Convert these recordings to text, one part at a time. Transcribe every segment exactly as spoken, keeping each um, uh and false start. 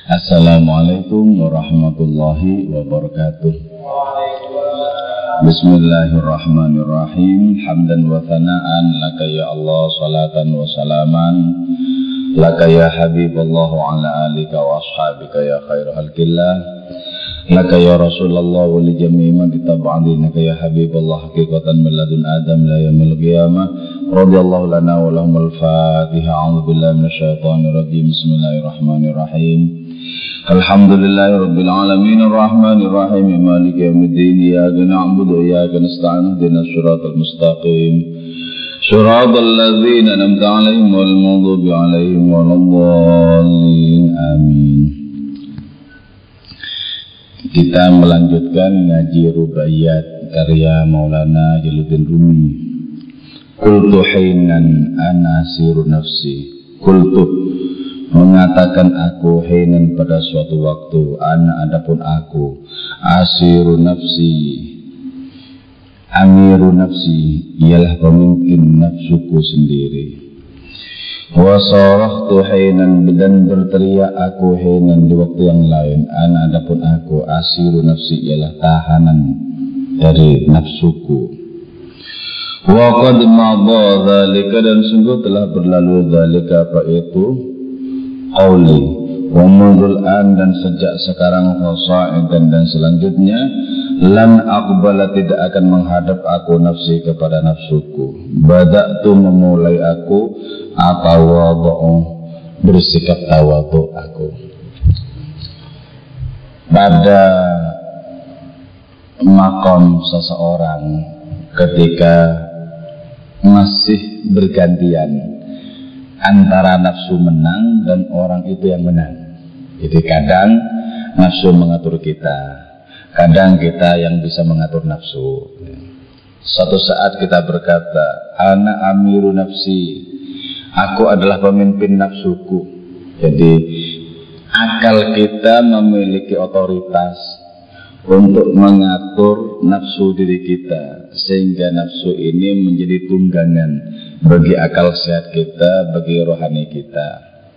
Assalamualaikum warahmatullahi wabarakatuh. Bismillahirrahmanirrahim. Hamdan wa thana'an laka ya Allah, salatan wa salaman laka ya Habiballah wa ala alika wa ashabika ya khairu halkillah, laka ya Rasulullah wa li jami'i man kitaba'adinaka ya Habiballah hakikatan min ladun Adam la yamil qiyamah. Radiyallahu lana wa lahumul Fatiha. A'udzu billahi minasyaitonir rajim. Bismillahirrahmanirrahim. Alhamdulillahi rabbil alamin arrahmanir rahim maliki yaumiddin iyyaka na'budu wa iyyaka nasta'in ihdinas siratal mustaqim siratal ladzina an'amta 'alaihim ghairil maghdubi 'alaihim waladdallin. Amin. Kita melanjutkan ngaji Rubaiyat karya Maulana Jalaluddin Rumi. Qultu hinan ana siru nafsi. Qultu mengatakan aku hinan pada suatu waktu, ana adapun aku, asiru nafsi, amiru nafsi, ialah pemimpin nafsuku sendiri. Wa sarahtu hinan, dan berteriak aku hinan di waktu yang lain, ana adapun aku, asiru nafsi, ialah tahanan dari nafsuku. Wa qad madha dzalika, dan sungguh telah berlalu dzalika apa itu qauli wa mundul an, dan sejak sekarang fasa'idan, dan selanjutnya lan aqbala, tidak akan menghadap aku nafsi kepada nafsuku. Bada'tu, memulai aku, atawadhu, bersikap tawadhu aku. Pada makom seseorang ketika masih bergantian antara nafsu menang dan orang itu yang menang. Jadi kadang nafsu mengatur kita, kadang kita yang bisa mengatur nafsu. Suatu saat kita berkata, ana amiru nafsi, aku adalah pemimpin nafsuku. Jadi akal kita memiliki otoritas untuk mengatur nafsu diri kita, sehingga nafsu ini menjadi tunggangan bagi akal sehat kita, bagi rohani kita.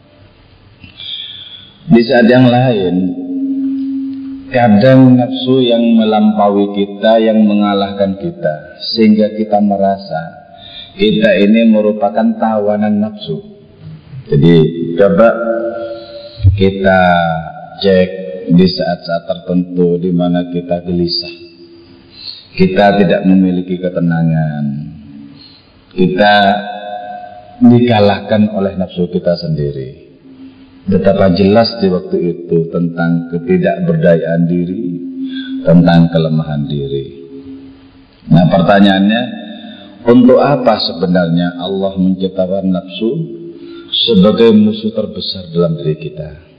Di saat yang lain, kadang nafsu yang melampaui kita, yang mengalahkan kita, sehingga kita merasa kita ini merupakan tawanan nafsu. Jadi coba kita cek di saat-saat tertentu di mana kita gelisah, kita tidak memiliki ketenangan, kita dikalahkan oleh nafsu kita sendiri. Betapa jelas di waktu itu tentang ketidakberdayaan diri, tentang kelemahan diri. Nah, pertanyaannya, untuk apa sebenarnya Allah menciptakan nafsu sebagai musuh terbesar dalam diri kita?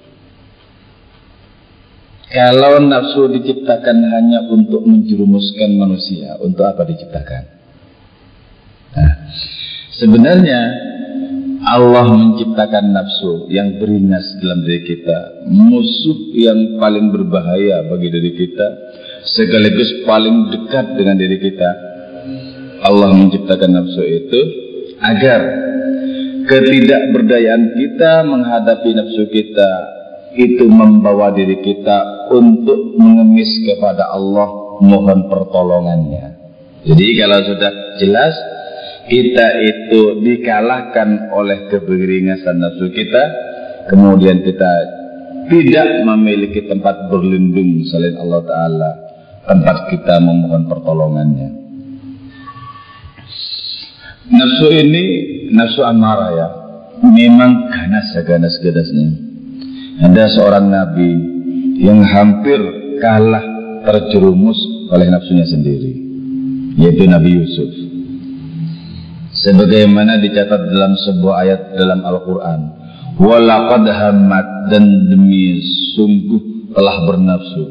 Kalau nafsu diciptakan hanya untuk menjerumuskan manusia, untuk apa diciptakan? Nah, sebenarnya Allah menciptakan nafsu yang beringas dalam diri kita, musuh yang paling berbahaya bagi diri kita, sekaligus paling dekat dengan diri kita. Allah menciptakan nafsu itu agar ketidakberdayaan kita menghadapi nafsu kita itu membawa diri kita untuk mengemis kepada Allah, mohon pertolongannya. Jadi kalau sudah jelas kita itu dikalahkan oleh keberingasan nafsu kita, kemudian kita tidak memiliki tempat berlindung selain Allah Ta'ala, tempat kita memohon pertolongannya. Nafsu ini, nafsu amarah ya, memang ganas seganas-ganasnya. Ada seorang nabi yang hampir kalah terjerumus oleh nafsunya sendiri, yaitu Nabi Yusuf. Sebagaimana dicatat dalam sebuah ayat dalam Al-Quran, walaqad hammat, dan demi sungguh telah bernafsu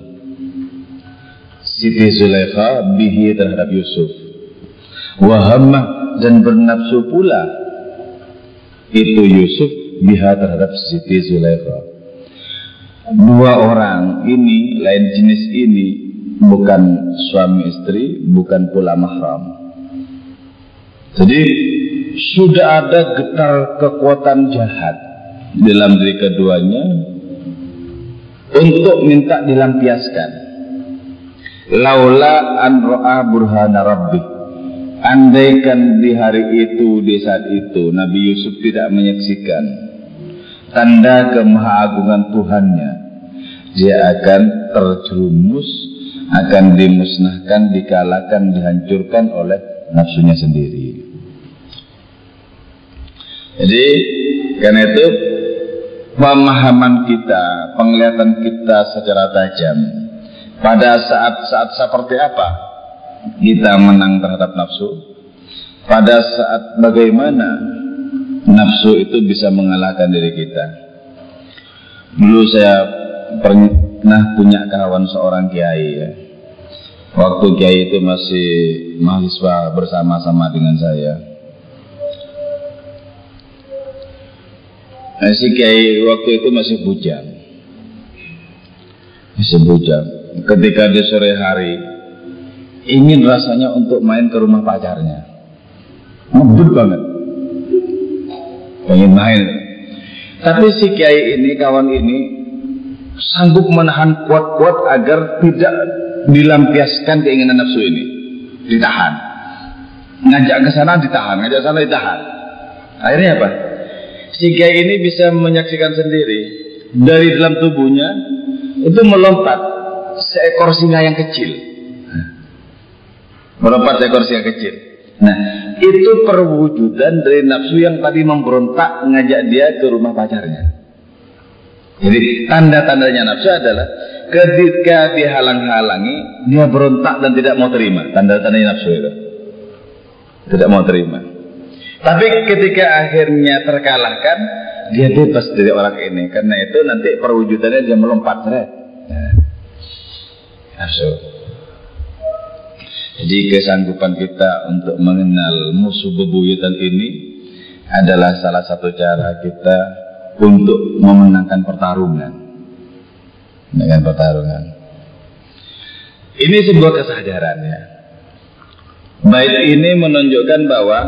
Siti Zulaikha bihi, terhadap Yusuf. Wahammah, dan bernafsu pula itu Yusuf biha, terhadap Siti Zulaikha. Dua orang ini, lain jenis ini, bukan suami istri, bukan pula mahram. Jadi sudah ada getar kekuatan jahat dalam diri keduanya, untuk minta dilampiaskan. Laula an ra'a burhana rabbih, andaikan di hari itu, di saat itu Nabi Yusuf tidak menyaksikan tanda kemahagungan Tuhannya, dia akan terjerumus, akan dimusnahkan, dikalahkan, dihancurkan oleh nafsunya sendiri. Jadi karena itu pemahaman kita, penglihatan kita secara tajam pada saat-saat seperti apa kita menang terhadap nafsu, pada saat bagaimana nafsu itu bisa mengalahkan diri kita. Dulu saya pernah punya kawan seorang kiai ya. Waktu kiai itu masih mahasiswa bersama-sama dengan saya. Nah, si kiai waktu itu masih bujang. Masih bujang. Ketika di sore hari ingin rasanya untuk main ke rumah pacarnya. Ngebut banget. Pengen main. Tapi si kiai ini, kawan ini sanggup menahan kuat-kuat agar tidak dilampiaskan keinginan nafsu ini. Ditahan. Ngajak ke sana ditahan, ngajak ke sana ditahan. Akhirnya apa? Si kiai ini bisa menyaksikan sendiri dari dalam tubuhnya itu melompat seekor singa yang kecil. Melompat seekor singa kecil. Nah, itu perwujudan dari nafsu yang tadi memberontak ngajak dia ke rumah pacarnya. Jadi tanda-tandanya nafsu adalah ketika dihalang-halangi dia berontak dan tidak mau terima. Tanda-tandanya nafsu itu tidak mau terima. Tapi ketika akhirnya terkalahkan, dia bebas dari orang ini. Karena itu nanti perwujudannya dia melompat. Nah, nafsu. Jadi kesanggupan kita untuk mengenal musuh bebuyutan ini adalah salah satu cara kita untuk memenangkan pertarungan. Dengan pertarungan. Ini sebuah kesadaran ya. Bait ini menunjukkan bahwa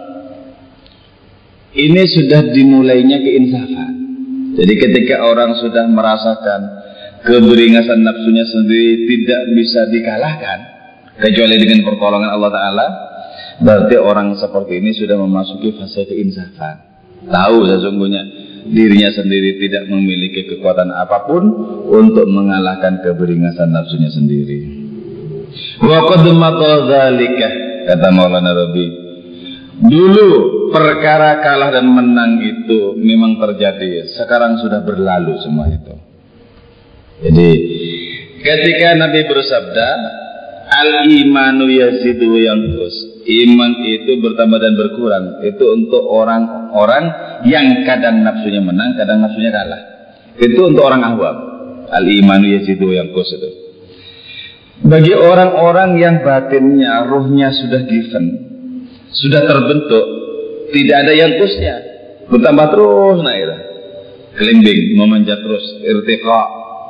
ini sudah dimulainya keinsafan. Jadi ketika orang sudah merasakan keberingasan nafsunya sendiri tidak bisa dikalahkan kecuali dengan pertolongan Allah Ta'ala, berarti orang seperti ini sudah memasuki fase keinsafan. Tahu sesungguhnya dirinya sendiri tidak memiliki kekuatan apapun untuk mengalahkan keberingasan nafsunya sendiri. Wa qad matadzalika, kata Maulana Rabi, dulu perkara kalah dan menang itu memang terjadi, sekarang sudah berlalu semua itu. Jadi ketika Nabi bersabda al-imanu yazidu yanqus, iman itu bertambah dan berkurang, itu untuk orang-orang yang kadang nafsunya menang, kadang nafsunya kalah. Itu untuk orang awam. Al-imanu yazidu yanqus itu. Bagi orang-orang yang batinnya, ruhnya sudah given, sudah terbentuk, tidak ada yanqusnya, bertambah terus naik, kelimbing, memanjat terus, irtiqa.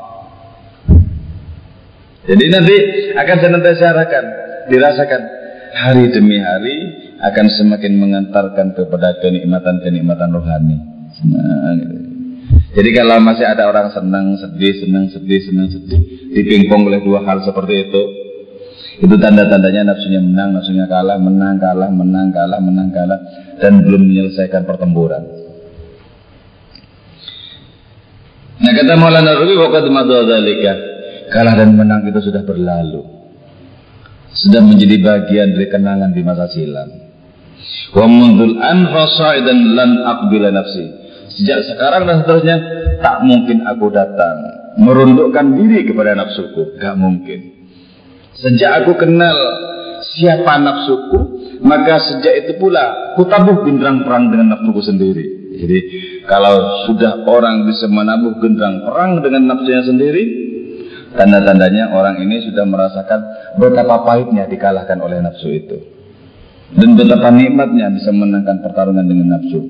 Jadi nanti akan senantiasa dirasakan, dirasakan hari demi hari akan semakin mengantarkan kepada kenikmatan-kenikmatan rohani. Senang. Jadi kalau masih ada orang senang, sedih, senang, sedih, senang, sedih, dipingpong oleh dua hal seperti itu, itu tanda-tandanya nafsunya menang, nafsunya kalah, menang, kalah, menang, kalah, menang, kalah, dan belum menyelesaikan pertempuran. Nah kata Maulana Rumi, waqad madadzalika, kalah dan menang itu sudah berlalu, sudah menjadi bagian dari kenangan di masa silam. Wa mundul anfasa dan lan aqbila nafsi, sejak sekarang dan seterusnya tak mungkin aku datang merundukkan diri kepada nafsuku, gak mungkin. Sejak aku kenal siapa nafsuku, maka sejak itu pula aku tabuh genderang perang dengan nafsuku sendiri. Jadi kalau sudah orang bisa menabuh genderang perang dengan nafsunya sendiri, tanda-tandanya orang ini sudah merasakan betapa pahitnya dikalahkan oleh nafsu itu, dan betapa nikmatnya bisa menangkan pertarungan dengan nafsu.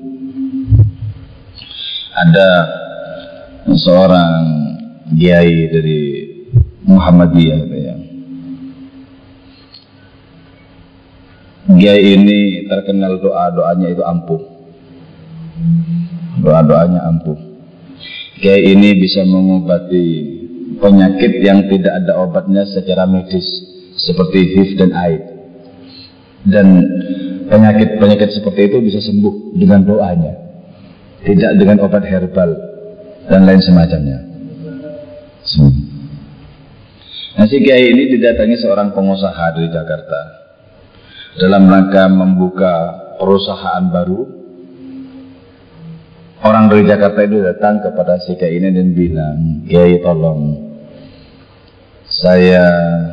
Ada seorang kiai dari Muhammadiyah, ya. Kiai ini terkenal doa-doanya itu ampuh, doa-doanya ampuh. Kiai ini bisa mengobati penyakit yang tidak ada obatnya secara medis seperti H I V dan AIDS. Dan penyakit-penyakit seperti itu bisa sembuh dengan doanya, tidak dengan obat herbal dan lain semacamnya. Nah, si kiai ini didatangi seorang pengusaha dari Jakarta dalam rangka membuka perusahaan baru. Orang dari Jakarta itu datang kepada si kiai ini dan bilang, "Kiai, tolong, saya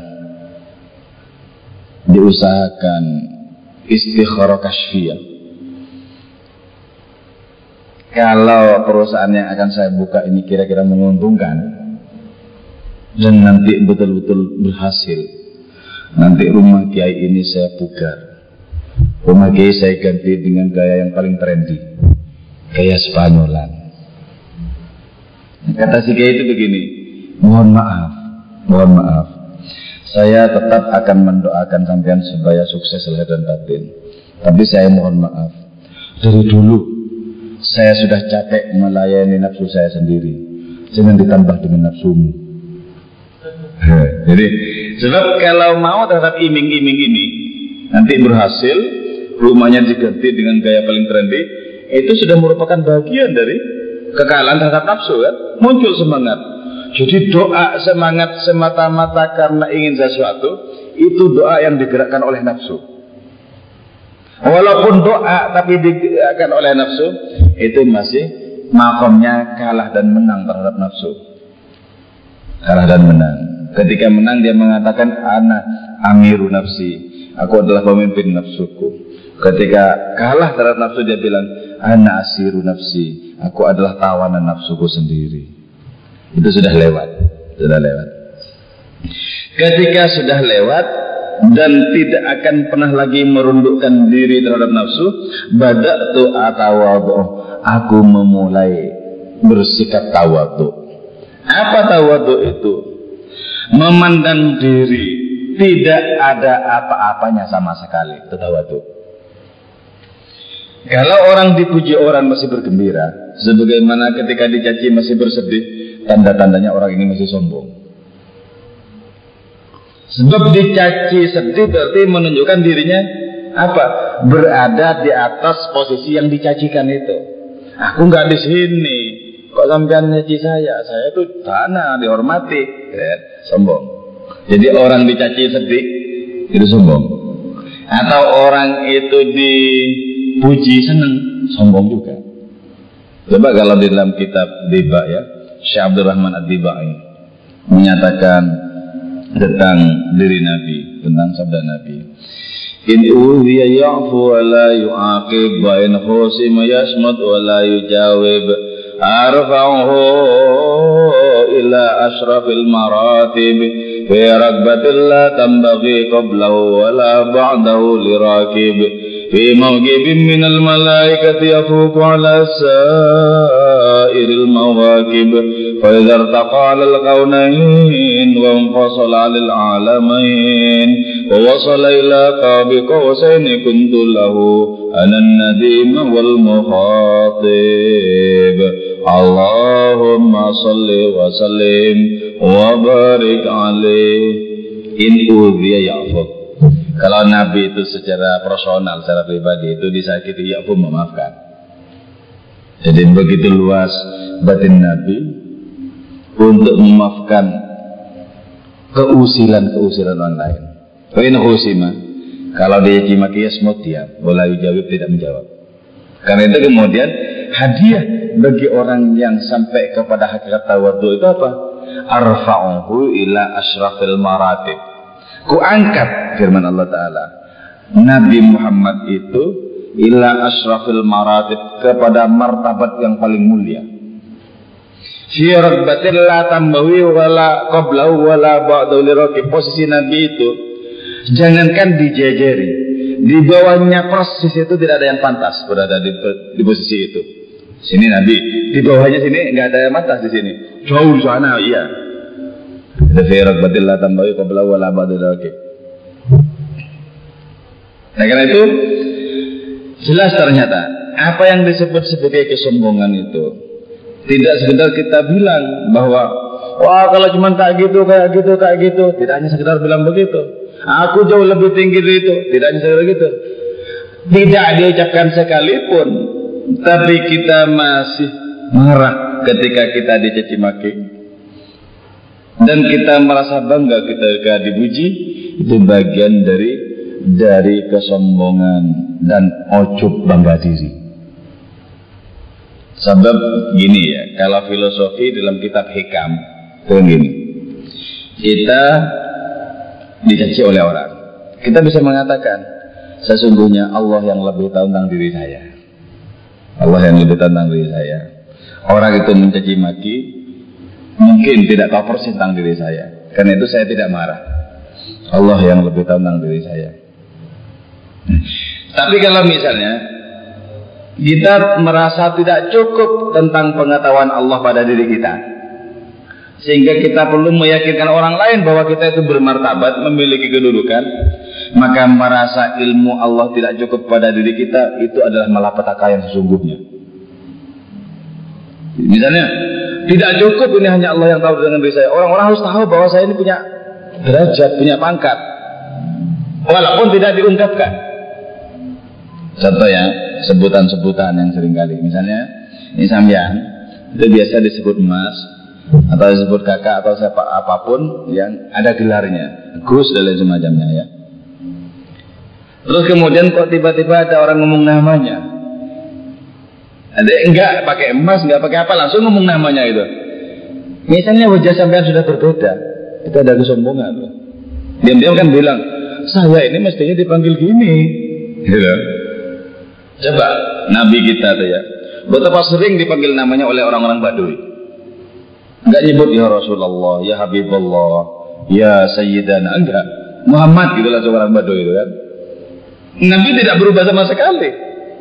diusahakan istikharah kasyfiyah. Kalau perusahaan yang akan saya buka ini kira-kira menguntungkan dan nanti betul-betul berhasil, nanti rumah kiai ini saya pugar, rumah kiai saya ganti dengan gaya yang paling trendy, gaya Spanyolan." Kata si kiai itu begini, "Mohon maaf, mohon maaf, saya tetap akan mendoakan sampean supaya sukses lahir dan batin. Tapi saya mohon maaf, dari dulu saya sudah capek melayani nafsu saya sendiri. Jangan ditambah dengan nafsumu." Jadi, sebab kalau mau terhadap iming-iming ini nanti berhasil, rumahnya diganti dengan gaya paling trendy, itu sudah merupakan bagian dari kekalahan terhadap nafsu, kan? Muncul semangat. Jadi doa semangat semata-mata karena ingin sesuatu, itu doa yang digerakkan oleh nafsu. Walaupun doa tapi digerakkan oleh nafsu, itu masih makomnya kalah dan menang terhadap nafsu. Kalah dan menang. Ketika menang dia mengatakan, "Ana amiru nafsi," aku adalah pemimpin nafsuku. Ketika kalah terhadap nafsu dia bilang, "Ana asiru nafsi," aku adalah tawanan nafsuku sendiri. Itu sudah lewat, sudah lewat. Ketika sudah lewat dan tidak akan pernah lagi merundukkan diri terhadap nafsu, bada'tu atawadhu, aku memulai bersikap tawadhu. Apa tawadhu itu? Memandang diri tidak ada apa-apanya sama sekali, itu tawadhu. Kalau orang dipuji orang masih bergembira, sebagaimana ketika dicaci masih bersedih, tanda-tandanya orang ini masih sombong. Sebab dicaci sedih berarti menunjukkan dirinya apa? Berada di atas posisi yang dicacikan itu. Aku nggak di sini, kok sampean nyaci saya? Saya itu tanah dihormati, ya, sombong. Jadi orang dicaci sedih itu sombong. Atau orang itu dipuji seneng, sombong juga. Coba kalau di dalam kitab Diba ya, Syekh Abdurrahman Ad-Dibai menyatakan tentang diri Nabi, tentang sabda Nabi, "In uhiya ya'fu wa la yu'aqib, wa in khusima yasmut wa la yujawib, arfa'uhu ila ashrafil maratib, fi ragbatil la tambaghi qablahu wa la ba'dahu lirakib, fi mawqibin minal malaikati yafuku ala sa'iril mawaqib, fa idza irtaqa al qawnain wa infasala lil alamain wa wasala ila qabi qawsain kuntu lahu ana an-nadim wal mukhatib, Allahumma salli wa sallim wa barik alaihi, in udhiya ya'fu." Kalau Nabi itu secara personal, secara pribadi itu disakiti, ya pun memaafkan. Jadi begitu luas batin Nabi untuk memaafkan keusilan-keusilan orang lain. Kain khusima, kalau dia cimaki ya semut dia, boleh jawab tidak menjawab. Karena itu kemudian hadiah bagi orang yang sampai kepada hakikat tawadhu itu apa? Arfa'uhu ila asyrafil maratib. Kuangkat, firman Allah Ta'ala, Nabi Muhammad itu ila asyrafil maratib, kepada martabat yang paling mulia. Fi ragbatil la tambawi wala qablahu wala ba'dahu lirakib. Posisi Nabi itu jangankan dijejeri, di bawahnya persis itu tidak ada yang pantas berada di, di posisi itu. Sini Nabi, di bawahnya sini nggak ada yang pantas di sini. Jauh di sana, iya. Firak batil la tambahi qabla wala ba'da lagi. Nah, karena itu jelas ternyata apa yang disebut sebagai kesombongan itu tidak sekedar kita bilang bahwa wah kalau cuma kayak gitu, kayak gitu, kayak gitu. Tidak hanya sekedar bilang begitu. Aku jauh lebih tinggi dari itu. Tidak hanya sekedar gitu. Tidak diucapkan sekalipun, tapi kita masih marah ketika kita dicaci maki. Dan kita merasa bangga ketika dipuji. Itu bagian dari dari kesombongan dan ujub bangga diri. Sebab gini ya, kalau filosofi dalam kitab Hikam itu gini, kita dicaci oleh orang, kita bisa mengatakan sesungguhnya Allah yang lebih tahu tentang diri saya. Allah yang lebih tahu tentang diri saya. Orang itu mencaci maki mungkin tidak tahu persis tentang diri saya, karena itu saya tidak marah. Allah yang lebih tahu tentang diri saya. Tapi kalau misalnya kita merasa tidak cukup tentang pengetahuan Allah pada diri kita, sehingga kita perlu meyakinkan orang lain bahwa kita itu bermartabat, memiliki kedudukan, maka merasa ilmu Allah tidak cukup pada diri kita, itu adalah malapetaka yang sesungguhnya. Misalnya, tidak cukup ini hanya Allah yang tahu dengan diri saya. Orang-orang harus tahu bahwa saya ini punya derajat, punya pangkat, walaupun tidak diungkapkan. Contoh ya, sebutan-sebutan yang sering kali, misalnya ini sampean itu biasa disebut mas atau disebut kakak atau siapa apapun yang ada gelarnya, Gus dan lain semacamnya ya. Terus kemudian kok tiba-tiba ada orang ngomong namanya, ada enggak pakai emas, enggak pakai apa, langsung ngomong namanya itu. Misalnya wajah sampean sudah berbeda, itu ada kesombongan. Diam-diam kan bilang, saya ini mestinya dipanggil gini, gitu. Coba Nabi kita tuh ya, betapa sering dipanggil namanya oleh orang-orang Badui. Enggak nyebut ya Rasulullah, ya Habibullah, ya Sayyidana, enggak. Muhammad gitu lah seorang Badui itu kan. Nabi tidak berubah sama sekali.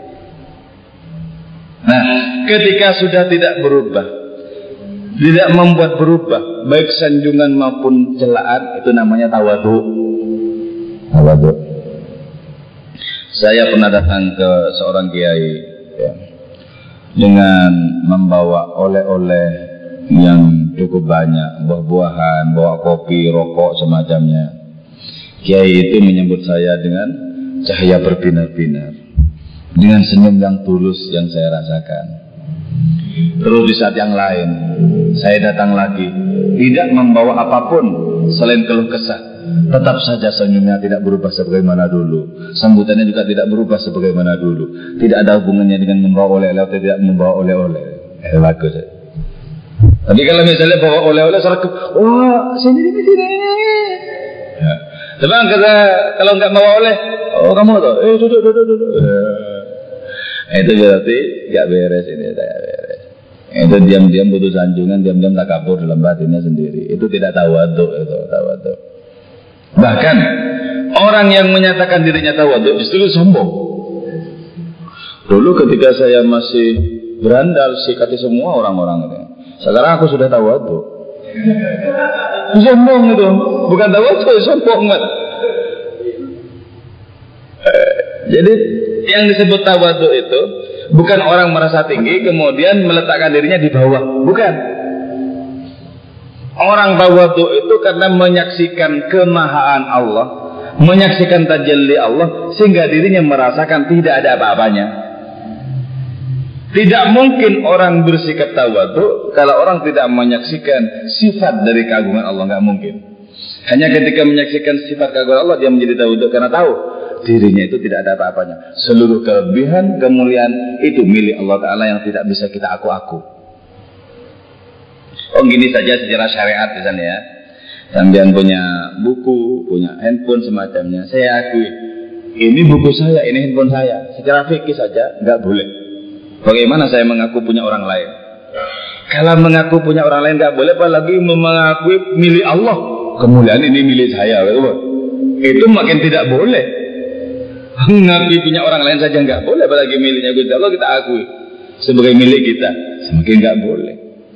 Nah, ketika sudah tidak berubah, tidak membuat berubah, baik sanjungan maupun celaan, itu namanya tawadhu. Tawadhu. Saya pernah datang ke seorang kiai ya, dengan membawa oleh-oleh yang cukup banyak, buah-buahan, bawa kopi, rokok, semacamnya. Kiai itu menyambut saya dengan cahaya berbinar-binar, dengan senyum yang tulus yang saya rasakan. Terus di saat yang lain, saya datang lagi, tidak membawa apapun selain keluh kesah. Tetap saja senyumnya tidak berubah sebagaimana dulu, sambutannya juga tidak berubah sebagaimana dulu. Tidak ada hubungannya dengan membawa oleh-oleh atau tidak membawa oleh-oleh. Eh, bagus. Tapi kalau misalnya bawa oleh-oleh seragam, wah sini sini sini. Ya. Tapi kata kalau nggak bawa oleh, oh kamu tuh, eh duduk duduk duduk. Eh, itu berarti nggak beres ini, saya beres. Itu diam-diam butuh sanjungan, diam-diam takabur dalam batinnya sendiri. Itu tidak tawadhu, itu tawadhu. Bahkan orang yang menyatakan dirinya tawadhu justru sombong. Dulu ketika saya masih berandal sikati semua orang-orang itu. Sekarang aku sudah tawadhu. Sombong itu, bukan tawadhu, sombong. Jadi yang disebut tawadhu itu bukan orang merasa tinggi kemudian meletakkan dirinya di bawah, bukan. Orang tawadhu itu karena menyaksikan kemahaan Allah, menyaksikan tajalli Allah, sehingga dirinya merasakan tidak ada apa-apanya. Tidak mungkin orang bersikap tawadhu kalau orang tidak menyaksikan sifat dari keagungan Allah, nggak mungkin. Hanya ketika menyaksikan sifat keagungan Allah dia menjadi tawadhu karena tahu dirinya itu tidak ada apa-apanya. Seluruh kelebihan, kemuliaan itu milik Allah Ta'ala yang tidak bisa kita aku-aku. Oh gini saja secara syariat misalnya ya, sampean punya buku, punya handphone semacamnya, saya akui ini buku saya, ini handphone saya. Secara fikih saja nggak boleh. Bagaimana saya mengaku punya orang lain? Kalau mengaku punya orang lain nggak boleh, apalagi mengakui milik Allah. Kemuliaan ini milik saya, itu makin tidak boleh. Mengakui punya orang lain saja nggak boleh, apalagi miliknya Gusti Allah kita akui sebagai milik kita, semakin nggak boleh.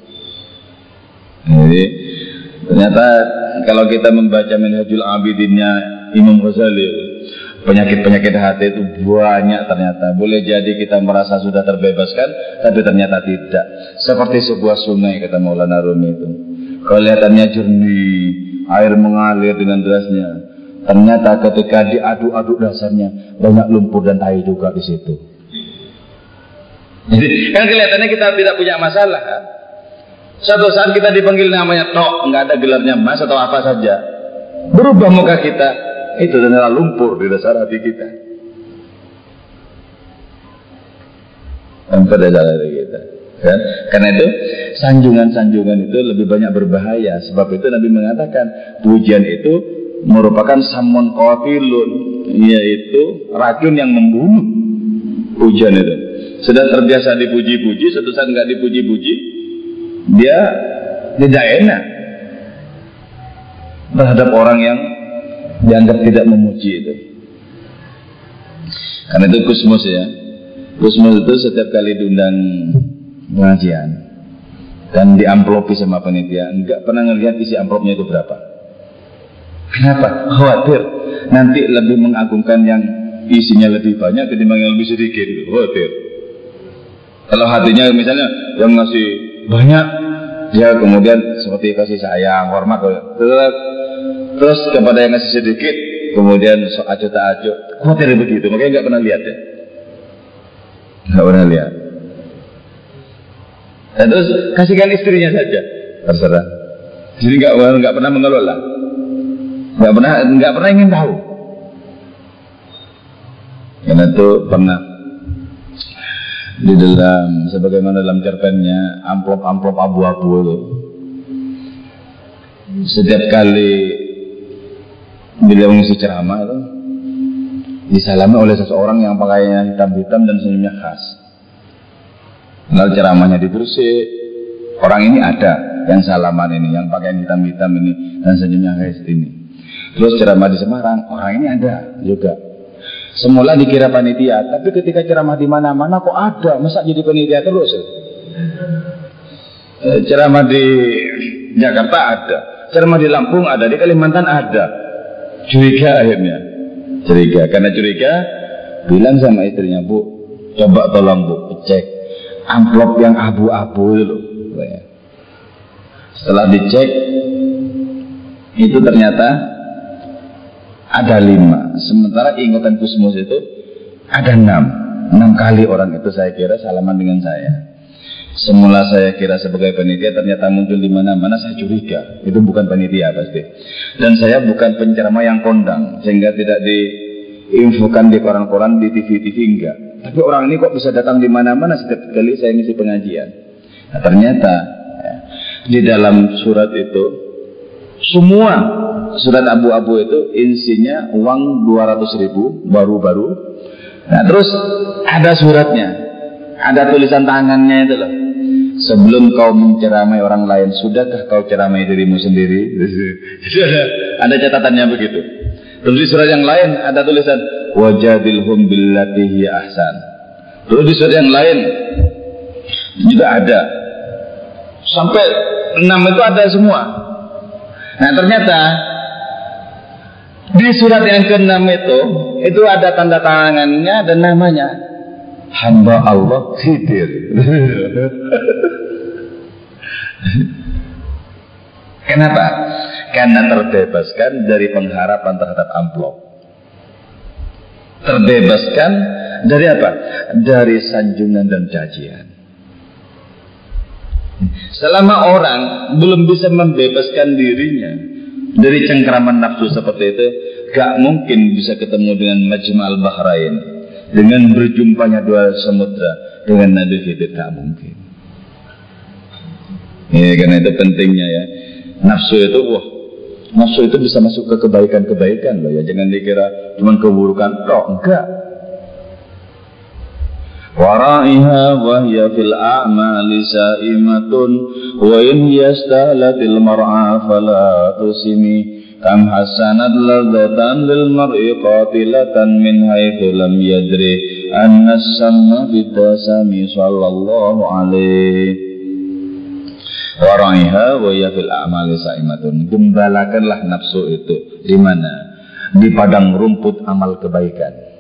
Jadi ternyata kalau kita membaca Minhajul Abidinnya Imam Ghazali, penyakit-penyakit hati itu banyak ternyata. Boleh jadi kita merasa sudah terbebaskan, tapi ternyata tidak. Seperti sebuah sungai kata Maulana Rumi itu, kelihatannya jernih, air mengalir dengan derasnya. Ternyata ketika diaduk-aduk dasarnya banyak lumpur dan tai juga di situ. Jadi kan kelihatannya kita tidak punya masalah. Kan? Suatu saat kita dipanggil namanya tok, nggak ada gelarnya mas atau apa saja, berubah muka kita, itu adalah lumpur di dasar hati kita. Pada dasar hati kita. Kan? Karena itu sanjungan-sanjungan itu lebih banyak berbahaya. Sebab itu Nabi mengatakan pujian itu merupakan samun qatilun, yaitu racun yang membunuh. Pujian itu sudah terbiasa dipuji-puji, suatu saat nggak dipuji-puji, dia tidak enak terhadap orang yang dianggap tidak memuji itu. Karena itu Gusmus ya, Gusmus itu setiap kali diundang pengajian dan diamplopi sama panitia, enggak pernah ngelihat isi amplopnya itu berapa. Kenapa? Khawatir nanti lebih mengagungkan yang isinya lebih banyak ketimbang yang lebih sedikit. Khawatir. Kalau hatinya misalnya yang ngasih banyak, dia kemudian seperti kasih sayang, hormat, terus, terus kepada yang ngasih sedikit, kemudian sok ajo tak ajo. Khawatir begitu, makanya nggak pernah lihat ya, nggak pernah lihat. Dan terus kasihkan istrinya saja, terserah. Jadi nggak nggak pernah mengelola, nggak pernah nggak pernah ingin tahu. Karena itu pernah di dalam, sebagaimana dalam cerpennya, amplop-amplop abu-abu itu, setiap kali beliau mengisi ceramah itu disalami oleh seseorang yang pakaiannya hitam-hitam dan senyumnya khas. Lalu ceramahnya dibersih, orang ini ada yang salaman ini, yang pakaian hitam-hitam ini dan senyumnya khas ini. Terus ceramah di Semarang, orang ini ada juga. Semula dikira panitia, tapi ketika ceramah di mana-mana kok ada, masa jadi panitia terus? Eh, ceramah di Jakarta ada, ceramah di Lampung ada, di Kalimantan ada. Curiga akhirnya, curiga. Karena curiga, bilang sama istrinya, Bu, coba tolong Bu, cek amplop yang abu-abu itu loh. Setelah dicek, itu ternyata ada lima, sementara ingatan Gusmus itu ada enam. Enam kali orang itu saya kira salaman dengan saya. Semula saya kira sebagai panitia, ternyata muncul di mana-mana, saya curiga itu bukan panitia pasti. Dan saya bukan penceramah yang kondang, sehingga tidak diinfokan di koran-koran, di T V-T V enggak. Tapi orang ini kok bisa datang di mana-mana setiap kali saya ngisi pengajian. Nah, ternyata ya, di dalam surat itu semua surat abu-abu itu isinya uang dua ratus ribu baru-baru. Nah terus ada suratnya, ada tulisan tangannya itu loh. Sebelum kau menceramai orang lain, sudahkah kau ceramai dirimu sendiri? Jadi ada, ada catatannya begitu. Terus di surat yang lain ada tulisan wajadilhum billati hiya ahsan. Terus di surat yang lain juga ada, sampai enam itu ada semua. Nah ternyata di surat yang keenam itu, itu ada tanda tangannya dan namanya hamba Allah Khidir. Kenapa? Karena terbebaskan dari pengharapan terhadap amplop. Terbebaskan dari apa? Dari sanjungan dan cacian. Selama orang belum bisa membebaskan dirinya dari cengkraman nafsu seperti itu, gak mungkin bisa ketemu dengan Majma'al Bahrain, dengan berjumpanya dua samudra dengan Nabi Khidir, gak mungkin. Ya, karena itu pentingnya ya, nafsu itu, wah, nafsu itu bisa masuk ke kebaikan-kebaikan loh ya, jangan dikira cuma keburukan, toh enggak. Waraiha wa hiya fil a'mali sa'imatun wa in yastalatil mar'a fala tusimi kam hasanat ladzatan lil mar'i qatilatan min haitsu lam yadri anna samma bitasami sallallahu alaihi. Waraiha wa hiya fil a'mali sa'imatun, gembalakanlah nafsu itu di mana? Di padang rumput amal kebaikan.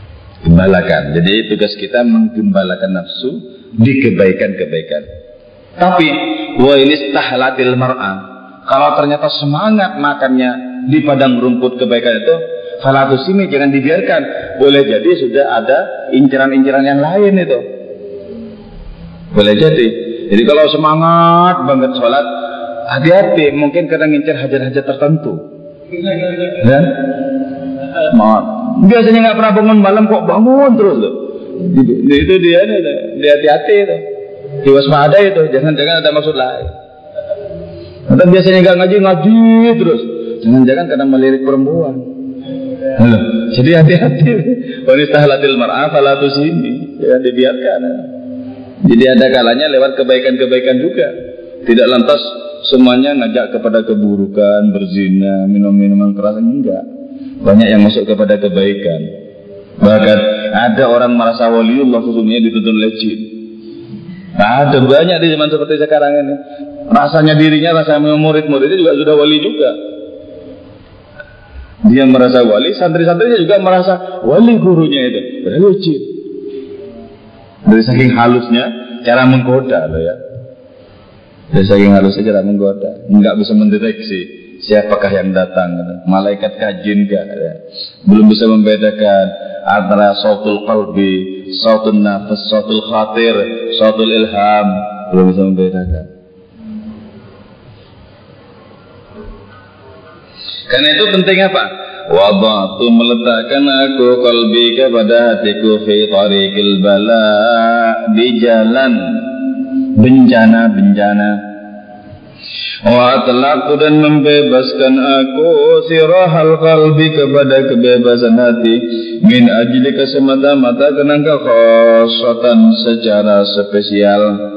Gembalakan. Jadi tugas kita menggembalakan nafsu di kebaikan-kebaikan. Tapi wa inistahlatil mar'ah, kalau ternyata semangat makannya di padang rumput kebaikan itu, falatusimi, jangan dibiarkan. Boleh jadi sudah ada inceran-inceran yang lain itu. Boleh jadi. Jadi kalau semangat banget sholat, hati-hati, mungkin kadang ngincer hajat-hajat tertentu. Dan biasanya nggak pernah bangun malam kok bangun terus loh. Itu dia, dia hati-hati itu, diwaspadai itu, jangan-jangan ada maksud lain. Atau biasanya nggak ngaji ngaji terus, jangan-jangan karena melirik perempuan. Halo. Jadi hati-hati. Wanistahlatil mar'ah falatusimi, jangan dibiarkan. Jadi ada kalanya lewat kebaikan-kebaikan juga. Tidak lantas semuanya ngajak kepada keburukan, berzina, minum-minuman keras, enggak. Banyak yang masuk kepada kebaikan. Bahkan ada orang merasa waliullah sesungguhnya dituntun oleh jin. Ada banyak di zaman seperti sekarang ini. Rasanya dirinya, rasanya murid-muridnya juga sudah wali juga. Dia merasa wali, santri-santrinya juga merasa wali gurunya itu. Padahal jin. Dari saking halusnya cara menggoda loh ya. Dari saking halusnya cara menggoda, enggak bisa mendeteksi siapakah yang datang, malaikat kajin enggak ya. Belum bisa membedakan antara sautul qalbi, sautul nafas, sautul khatir, sautul ilham, belum bisa membedakan. Karena itu penting apa? Wada'tu, meletakkan aku qalbi kepada hatiku fi tariqil bala, di jalan bencana-bencana. Wa atlaqtu, dan membebaskan aku sirahal qalbi, kepada kebebasan hati, min ajli, semata-mata karena kekhususan secara spesial.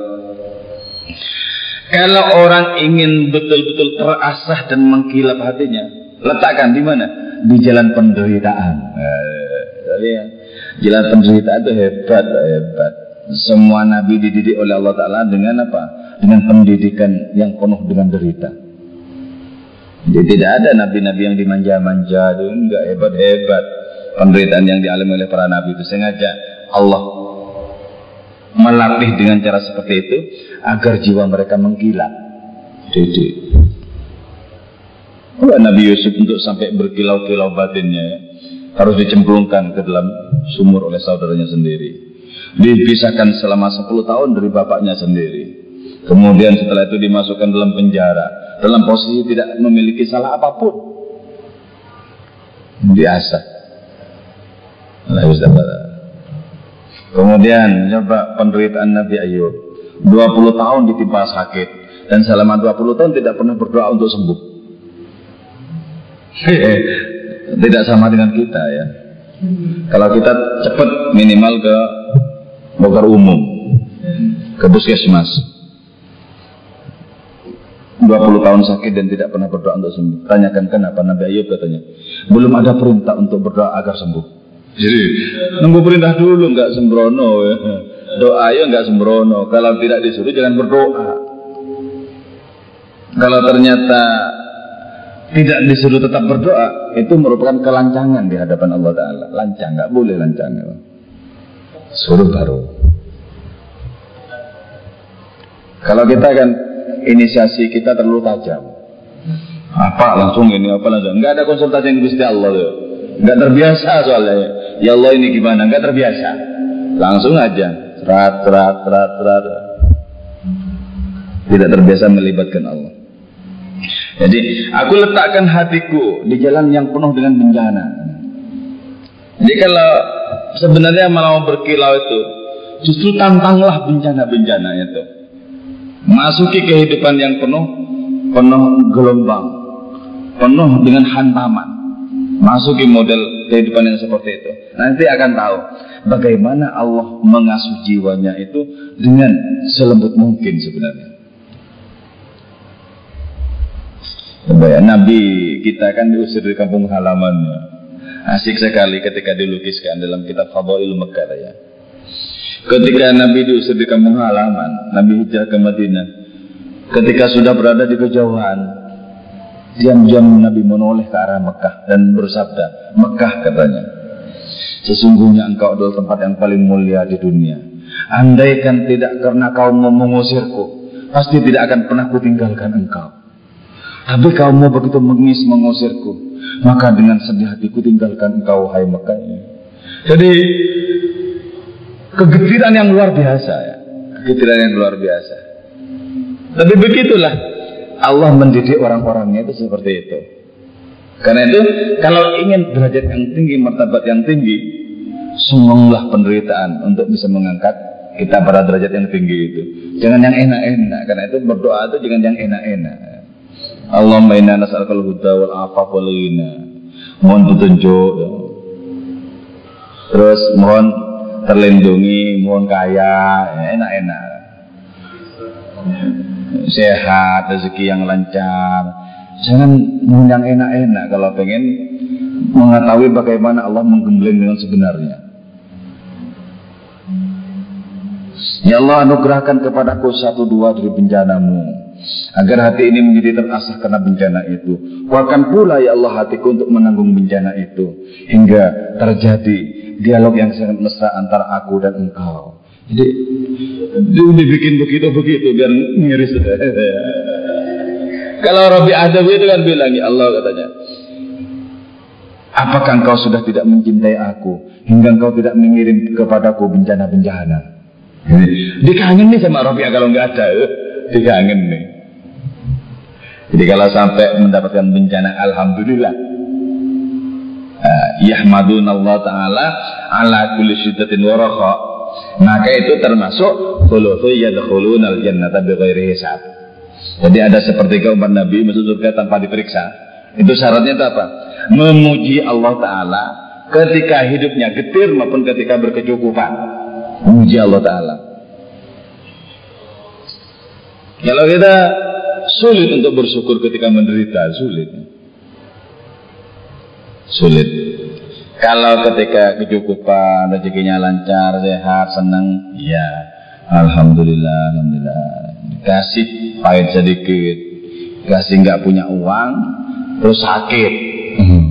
Kalau orang ingin betul-betul terasah dan mengkilap hatinya, letakkan di mana? Di jalan penderitaan. Eh, jalan penderitaan itu hebat, hebat. Semua nabi dididik oleh Allah Ta'ala dengan apa? Dengan pendidikan yang penuh dengan derita. Jadi tidak ada nabi-nabi yang dimanja-manja, itu enggak, hebat-hebat. Penderitaan yang dialami oleh para nabi itu sengaja Allah melatih dengan cara seperti itu agar jiwa mereka mengkilat. Jadi Nabi Yusuf untuk sampai berkilau-kilau batinnya ya, harus dicemplungkan ke dalam sumur oleh saudaranya sendiri, dipisahkan selama sepuluh tahun dari bapaknya sendiri, kemudian setelah itu dimasukkan dalam penjara dalam posisi tidak memiliki salah apapun, diasah. Kemudian coba penderitaan Nabi Ayub, dua puluh tahun ditimpa sakit, dan selama dua puluh tahun tidak pernah berdoa untuk sembuh. Tidak sama dengan kita ya. Kalau kita cepat minimal ke dokter umum, ke puskesmas. dua puluh tahun sakit dan tidak pernah berdoa untuk sembuh. Tanyakan kenapa, Nabi Ayub katanya, belum ada perintah untuk berdoa agar sembuh. Jadi nunggu perintah dulu, nggak sembrono ya. Doa ya nggak sembrono. Kalau tidak disuruh jangan berdoa. Kalau ternyata tidak disuruh tetap berdoa, itu merupakan kelancangan di hadapan Allah Ta'ala. Lancang, nggak boleh lancang. Suruh baru. Kalau kita kan inisiasi kita terlalu tajam. Apa langsung ini, apa langsung. Nggak ada konsultasi yang Gusti Allah tuh. Nggak terbiasa soalnya. Ya Allah ini gimana? Nggak terbiasa. Langsung aja. Serat, serat, serat, serat. Tidak terbiasa melibatkan Allah. Jadi aku letakkan hatiku di jalan yang penuh dengan bencana. Jadi kalau sebenarnya mau berkilau itu, justru tantanglah bencana-bencana itu. Masuki kehidupan yang penuh, penuh gelombang, penuh dengan hantaman. Masuki model kehidupan yang seperti itu. Nanti akan tahu bagaimana Allah mengasuh jiwanya itu dengan selembut mungkin sebenarnya. Ya, Nabi kita kan diusir dari kampung halamannya. Asik sekali ketika dilukiskan dalam kitab Fadhail Makkah ya. Ketika Nabi diusir di kampung halaman, Nabi hijrah ke Madinah. Ketika sudah berada di kejauhan, diam-diam Nabi menoleh ke arah Mekah dan bersabda, Mekah katanya, sesungguhnya engkau adalah tempat yang paling mulia di dunia. Andaikan tidak karena kau mengusirku, pasti tidak akan pernah kutinggalkan engkau. Tapi kamu begitu mengis mengusirku, maka dengan sedih hati kutinggalkan engkau, hai Mekah. Jadi kegetiran yang luar biasa ya, kegetiran yang luar biasa. Tapi begitulah Allah mendidik orang-orangnya itu seperti itu. Karena itu kalau ingin derajat yang tinggi, martabat yang tinggi, sungguhlah penderitaan untuk bisa mengangkat kita pada derajat yang tinggi itu. Jangan yang enak-enak. Karena itu berdoa itu jangan yang enak-enak. Allahumma inna nas'alukal huda wal afaf wal ghina. Mohon petunjuk ya. Terus mohon terlindungi, mohon kaya, ya, enak-enak. Sehat, rezeki yang lancar. Jangan mohon yang enak-enak kalau pengen mengetahui bagaimana Allah menggembleng dengan sebenarnya. Ya Allah, anugerahkan kepadaku satu dua dari bencanamu, agar hati ini menjadi terasah karena bencana itu. Kuatkan pula ya Allah hatiku untuk menanggung bencana itu, hingga terjadi dialog yang sangat mesra antara aku dan engkau. Jadi dibikin begitu-begitu biar miris. Kalau Rabi Adawi itu kan bilang, ya Allah katanya, apakah engkau sudah tidak mencintai aku hingga engkau tidak mengirim kepadaku bencana-bencana? Dikangen nih sama Rabi kalau nggak ada, dikangen nih. Jadi kalau sampai mendapatkan bencana, alhamdulillah. Uh, Yahmadun Allah Ta'ala ala kulli syiddatin wa raha. Maka itu termasuk khulufu yadkhulunal jannata bighairi hisab. Jadi ada sepertiga umat Nabi masuk surga tanpa diperiksa. Itu syaratnya itu apa? Memuji Allah Ta'ala ketika hidupnya getir maupun ketika berkecukupan. Memuji Allah Ta'ala. Kalau kita sulit untuk bersyukur ketika menderita, sulit. Sulit. Kalau ketika kecukupan, rezekinya lancar, sehat, senang, ya alhamdulillah, alhamdulillah. Kasih pahit sedikit, kasih nggak punya uang, terus sakit. Hmm.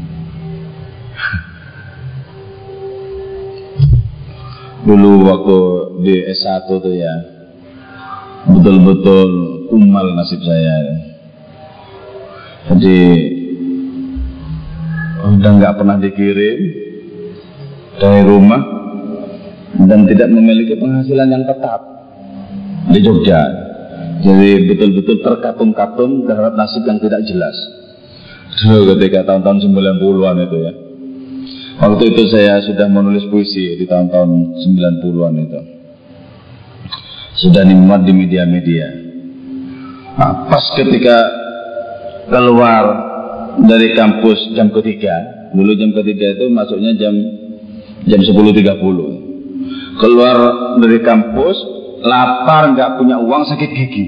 Dulu waktu di S satu tuh ya, betul-betul umal nasib saya. Jadi udah nggak pernah dikirim dari rumah dan tidak memiliki penghasilan yang tetap di Jogja. Jadi betul-betul terkatung-katung terhadap nasib yang tidak jelas. Dulu ketika tahun-tahun sembilan puluhan itu ya. Waktu itu saya sudah menulis puisi di tahun-tahun sembilan puluhan itu. Sudah dimuat di media-media. Nah, pas ketika keluar dari kampus jam ketiga, dulu jam ketiga itu masuknya jam jam sepuluh tiga puluh. Keluar dari kampus, lapar, nggak punya uang, sakit gigi.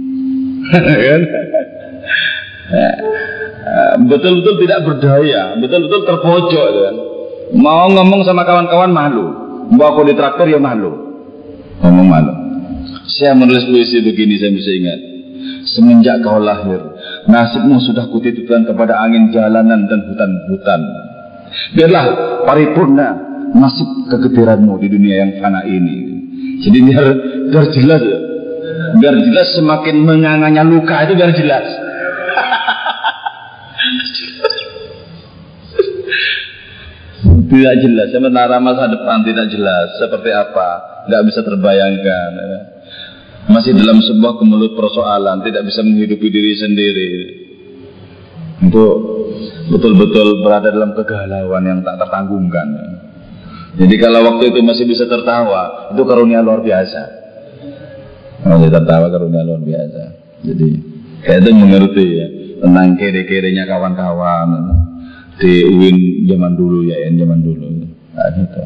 Betul-betul tidak berdaya, betul-betul terpojok kan. Mau ngomong sama kawan-kawan malu, mau aku di traktor ya malu, ngomong malu. Saya menulis puisi begini, saya bisa ingat. Semenjak kau lahir, nasibmu sudah kutitipkan kepada angin jalanan dan hutan-hutan. Biarlah paripurna nasib kegetiranmu di dunia yang fana ini. Jadi biar, biar jelas, biar jelas semakin menganganya luka itu biar jelas. Tidak jelas, sementara masa depan tidak jelas seperti apa, nggak bisa terbayangkan. Masih dalam sebuah kemelut persoalan, tidak bisa menghidupi diri sendiri. Itu betul-betul berada dalam kegalauan yang tak tertanggungkan. Jadi kalau waktu itu masih bisa tertawa, itu karunia luar biasa. Masih tertawa karunia luar biasa. Jadi kayak itu mengerti ya tentang kere-kerenya kawan-kawan di U I N zaman dulu ya, yang zaman dulu. Nah, gitu.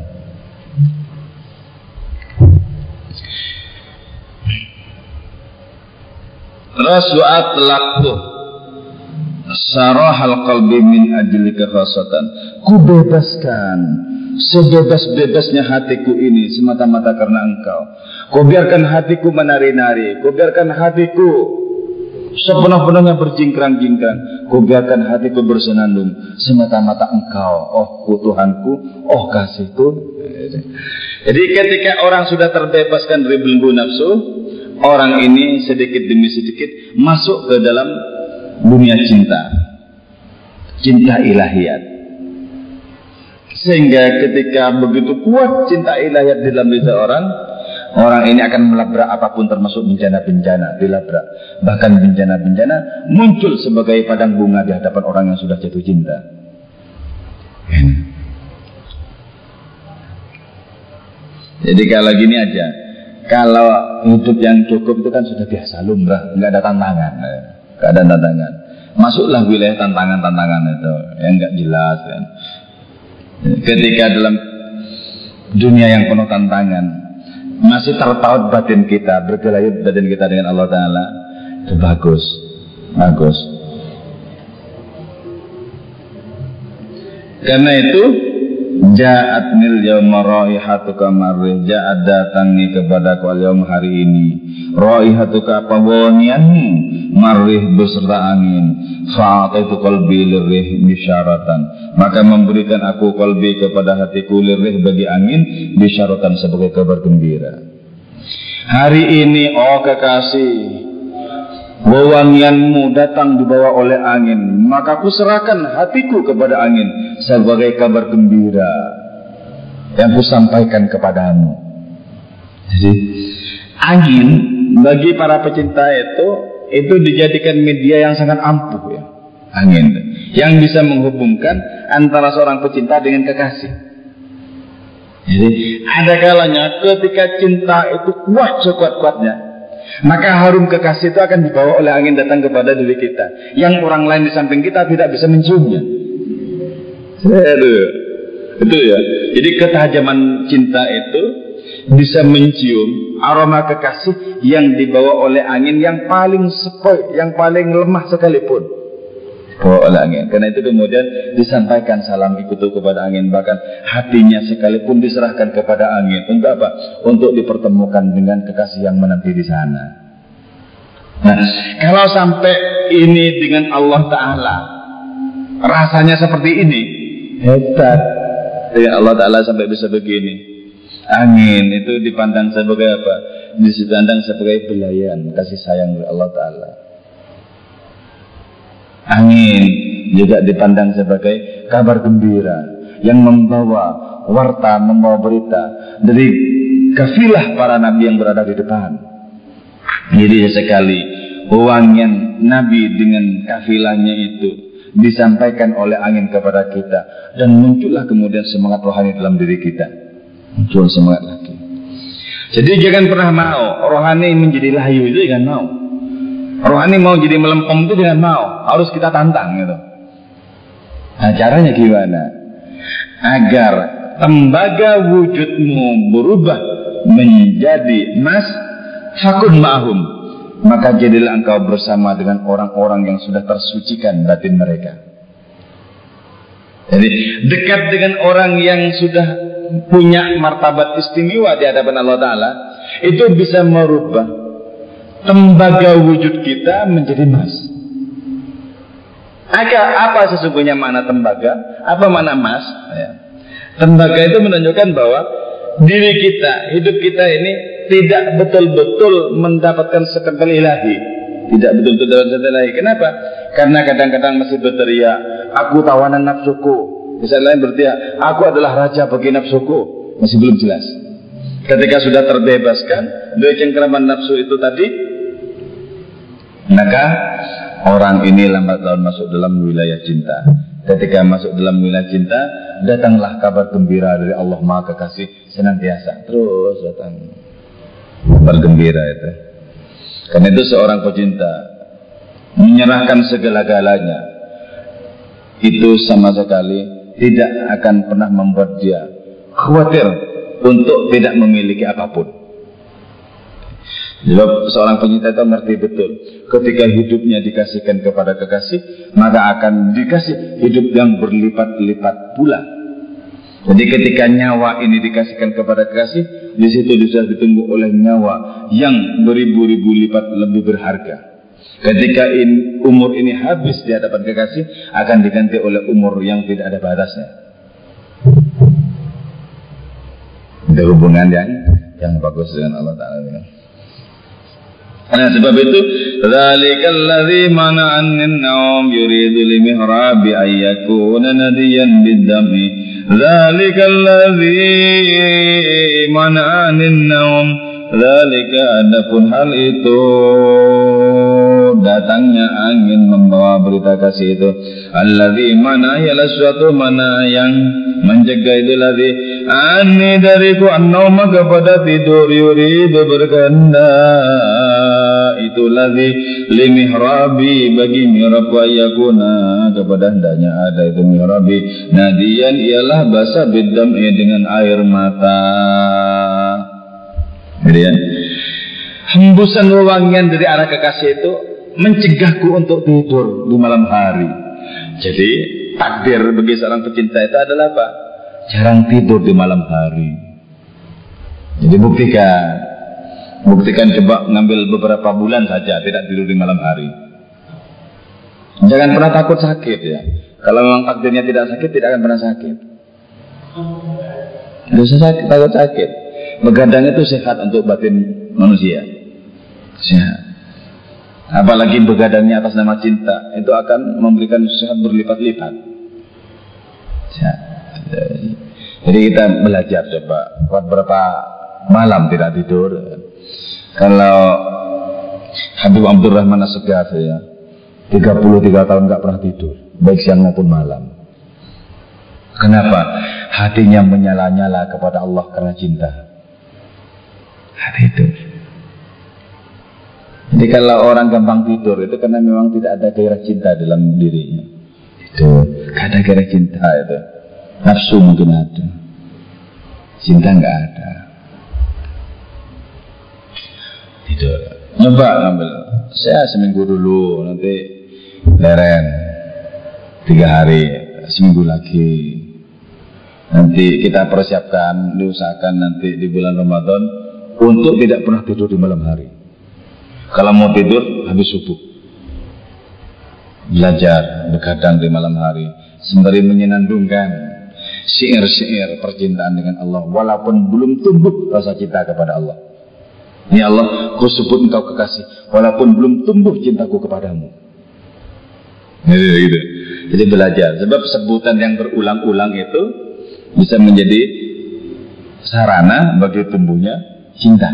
Terus wa atlaqtu sarahal qalbi min ajlika khasatan. Ku bebaskan sebebas-bebasnya hatiku ini semata-mata karena engkau. Ku biarkan hatiku menari-nari, ku biarkan hatiku sepenuh-penuhnya berjingkrang-jingkrang, ku biarkan hatiku bersenandung semata-mata engkau, oh Tuhanku, oh kasihku. Jadi ketika orang sudah terbebaskan dari belenggu nafsu, orang ini sedikit demi sedikit masuk ke dalam dunia cinta, cinta ilahiyat. Sehingga ketika begitu kuat cinta ilahiyat di dalam diri orang, orang ini akan melabrak apapun termasuk bencana-bencana, dilabrak. Bahkan bencana-bencana muncul sebagai padang bunga di hadapan orang yang sudah jatuh cinta. Jadi kalau gini aja, kalau hidup yang cukup itu kan sudah biasa, lumrah, nggak ada tantangan, nggak ada tantangan. Masuklah wilayah tantangan-tantangan itu yang nggak jelas kan. Ketika dalam dunia yang penuh tantangan masih terpaut batin kita, bergelayut batin kita dengan Allah Ta'ala, itu bagus, bagus. Karena itu ja'atnil yawma raihatuka marrih, ja'at datangi kepadaku al-yawm hari ini raihatuka pawonianmu marrih beserta angin, fa'ataitu qalbi lirrih bisyaratan, maka memberikan aku qalbi kepada hatiku lirrih bagi angin bisyaratan sebagai kabar gembira. Hari ini oh kekasih, wewangianmu datang dibawa oleh angin, maka aku serahkan hatiku kepada angin sebagai kabar gembira yang kusampaikan kepadamu. Jadi angin bagi para pecinta itu itu dijadikan media yang sangat ampuh ya. Angin yang bisa menghubungkan antara seorang pecinta dengan kekasih. Jadi ada kalanya ketika cinta itu kuat sekuat-kuatnya, maka harum kekasih itu akan dibawa oleh angin datang kepada diri kita, yang orang lain di samping kita tidak bisa menciumnya. Aduh, itu ya. Jadi ketajaman cinta itu bisa mencium aroma kekasih yang dibawa oleh angin yang paling sepoi, yang paling lemah sekalipun, dibawa oleh angin. Karena itu kemudian disampaikan salam itu kepada angin, bahkan hatinya sekalipun diserahkan kepada angin. Untuk apa? Untuk dipertemukan dengan kekasih yang menanti di sana. Nah, kalau sampai ini dengan Allah Ta'ala rasanya seperti ini, hebat. Ya Allah Ta'ala sampai bisa begini. Angin itu dipandang sebagai apa? Dipandang sebagai belayan kasih sayang dari Allah Ta'ala. Angin juga dipandang sebagai kabar gembira yang membawa warta, membawa berita dari kafilah para nabi yang berada di depan. Jadi sekali wewangian nabi dengan kafilahnya itu disampaikan oleh angin kepada kita, dan muncullah kemudian semangat rohani dalam diri kita. Muncul semangat lagi. Jadi jangan pernah mau rohani menjadi layu, itu jangan mau. Rohani mau jadi melempem itu jangan mau, harus kita tantang gitu. Nah, caranya gimana? Agar tembaga wujudmu berubah menjadi emas, fakun ma'hum, maka jadilah engkau bersama dengan orang-orang yang sudah tersucikan batin mereka. Jadi dekat dengan orang yang sudah punya martabat istimewa di hadapan Allah Ta'ala, itu bisa merubah tembaga wujud kita menjadi emas. Apa sesungguhnya makna tembaga? Apa makna emas? Ya. Tembaga itu menunjukkan bahwa diri kita, hidup kita ini tidak betul-betul mendapatkan sekental ilahi. Tidak betul-betul mendapatkan sekental ilahi. Kenapa? Karena kadang-kadang masih berteriak, aku tawanan nafsuku. Misalnya berteriak, aku adalah raja bagi nafsuku. Masih belum jelas. Ketika sudah terbebaskan dari cengkeraman nafsu itu tadi, maka orang ini lambat laun masuk dalam wilayah cinta. Ketika masuk dalam wilayah cinta, datanglah kabar gembira dari Allah Maha Kekasih senantiasa. Terus datang kabar gembira itu. Karena itu seorang pecinta menyerahkan segala-galanya, itu sama sekali tidak akan pernah membuat dia khawatir untuk tidak memiliki apapun. Sebab seorang pecinta itu ngerti betul, ketika hidupnya dikasihkan kepada kekasih, maka akan dikasih hidup yang berlipat-lipat pula. Jadi ketika nyawa ini dikasihkan kepada kekasih, di situ bisa ditunggu oleh nyawa yang beribu-ribu lipat lebih berharga. Ketika in, umur ini habis di hadapan kekasih, akan diganti oleh umur yang tidak ada batasnya. Itu hubungan yang yang bagus dengan Allah Ta'ala. Nah, sebab itu dzalikal ladzi mana'an naum yuridu li mihrabi ayyakuna nadiyan bid-dami dzalikal ladzi mana'an naum dzalika adapun hal itu datangnya angin membawa berita kasih itu alladzi mana ialah suatu mana yang mencegah itu ladzi anni dariku an-nauma kepada tidur yuridu berkehendak itu ladzi li mihrabi bagi mihrab wa yakuna kepada hendaknya ada itu mihrabi nadiyan ialah basa bidam'i dengan air mata. Kemudian hembusan wewangian dari arah kekasih itu mencegahku untuk tidur di malam hari. Jadi takdir bagi seorang pecinta itu adalah apa? Jarang tidur di malam hari. Jadi buktikan Buktikan coba ngambil beberapa bulan saja tidak tidur di malam hari. Jangan pernah takut sakit ya. Kalau memang takdirnya tidak sakit, tidak akan pernah sakit. Tidak usah sakit, takut sakit. Begadang itu sehat untuk batin manusia. Sehat. Apalagi begadangnya atas nama cinta, itu akan memberikan sehat berlipat-lipat. Sehat. Jadi kita belajar coba buat berapa malam tidak tidur. Kalau Habib Abdurrahman As-Segaf ya, tiga puluh tiga tahun nggak pernah tidur, baik siang maupun malam. Kenapa? Hatinya menyala-nyala kepada Allah karena cinta. Hati itu. Jadi kalau orang gampang tidur itu karena memang tidak ada gairah cinta dalam dirinya. Itu, gak ada gairah cinta itu. Nafsu mungkin ada, cinta nggak ada. Tidur. Nyoba ngambil. Saya seminggu dulu, nanti leren tiga hari, seminggu lagi. Nanti kita persiapkan, diusahakan nanti di bulan Ramadan untuk tidak pernah tidur di malam hari. Kalau mau tidur habis subuh, belajar begadang di malam hari sembari menyenandungkan syair-syair percintaan dengan Allah, walaupun belum tumbuh rasa cinta kepada Allah. Ya Allah, ku sebut engkau kekasih walaupun belum tumbuh cintaku kepadamu. Gitu, gitu. Jadi belajar, sebab sebutan yang berulang-ulang itu bisa menjadi sarana bagi tumbuhnya cinta.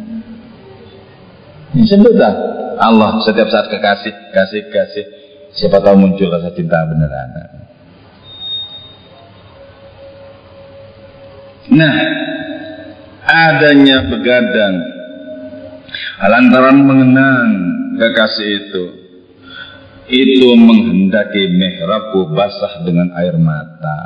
Sebutlah Allah setiap saat kekasih, kasih, kasih. Siapa tahu muncul rasa cinta beneran. Nah, adanya begadang lantaran mengenang kekasih itu, itu menghendaki mihrabku basah dengan air mata.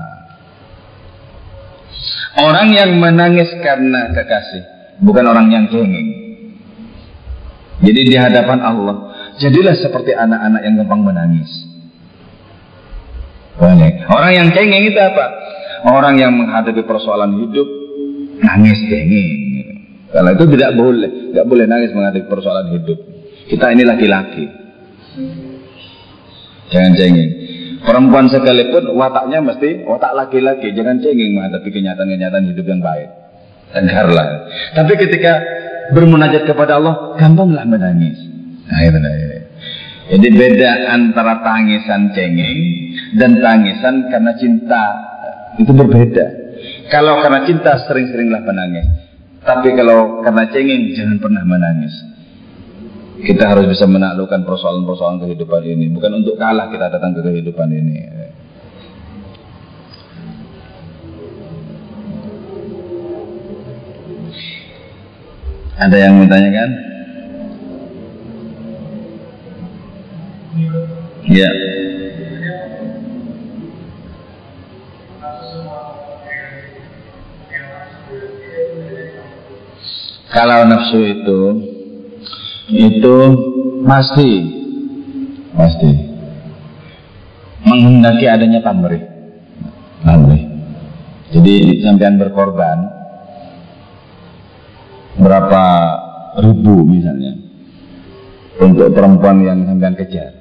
Orang yang menangis karena kekasih bukan orang yang cengeng. Jadi di hadapan Allah jadilah seperti anak-anak yang gampang menangis. Orang yang cengeng itu apa? Orang yang menghadapi persoalan hidup nangis cengeng. Kalau itu tidak boleh, tidak boleh nangis menghadapi persoalan hidup. Kita ini laki-laki, jangan cengeng. Perempuan sekalipun wataknya mesti watak laki-laki, jangan cengeng menghadapi kenyataan-kenyataan hidup yang baik. Tegarlah. Tapi ketika bermunajat kepada Allah, gampanglah menangis. Nah, itu, nah, itu. Jadi beda antara tangisan cengeng dan tangisan karena cinta, itu berbeda. Kalau karena cinta sering-seringlah menangis. Tapi kalau karena cengeng jangan pernah menangis. Kita harus bisa menaklukkan persoalan-persoalan kehidupan ini. Bukan untuk kalah kita datang ke kehidupan ini. Ada yang menanyakan? Ya. Kalau nafsu itu itu pasti pasti menghendaki adanya pamrih, pamrih. Jadi sampean berkorban berapa ribu misalnya untuk perempuan yang sampean kejar,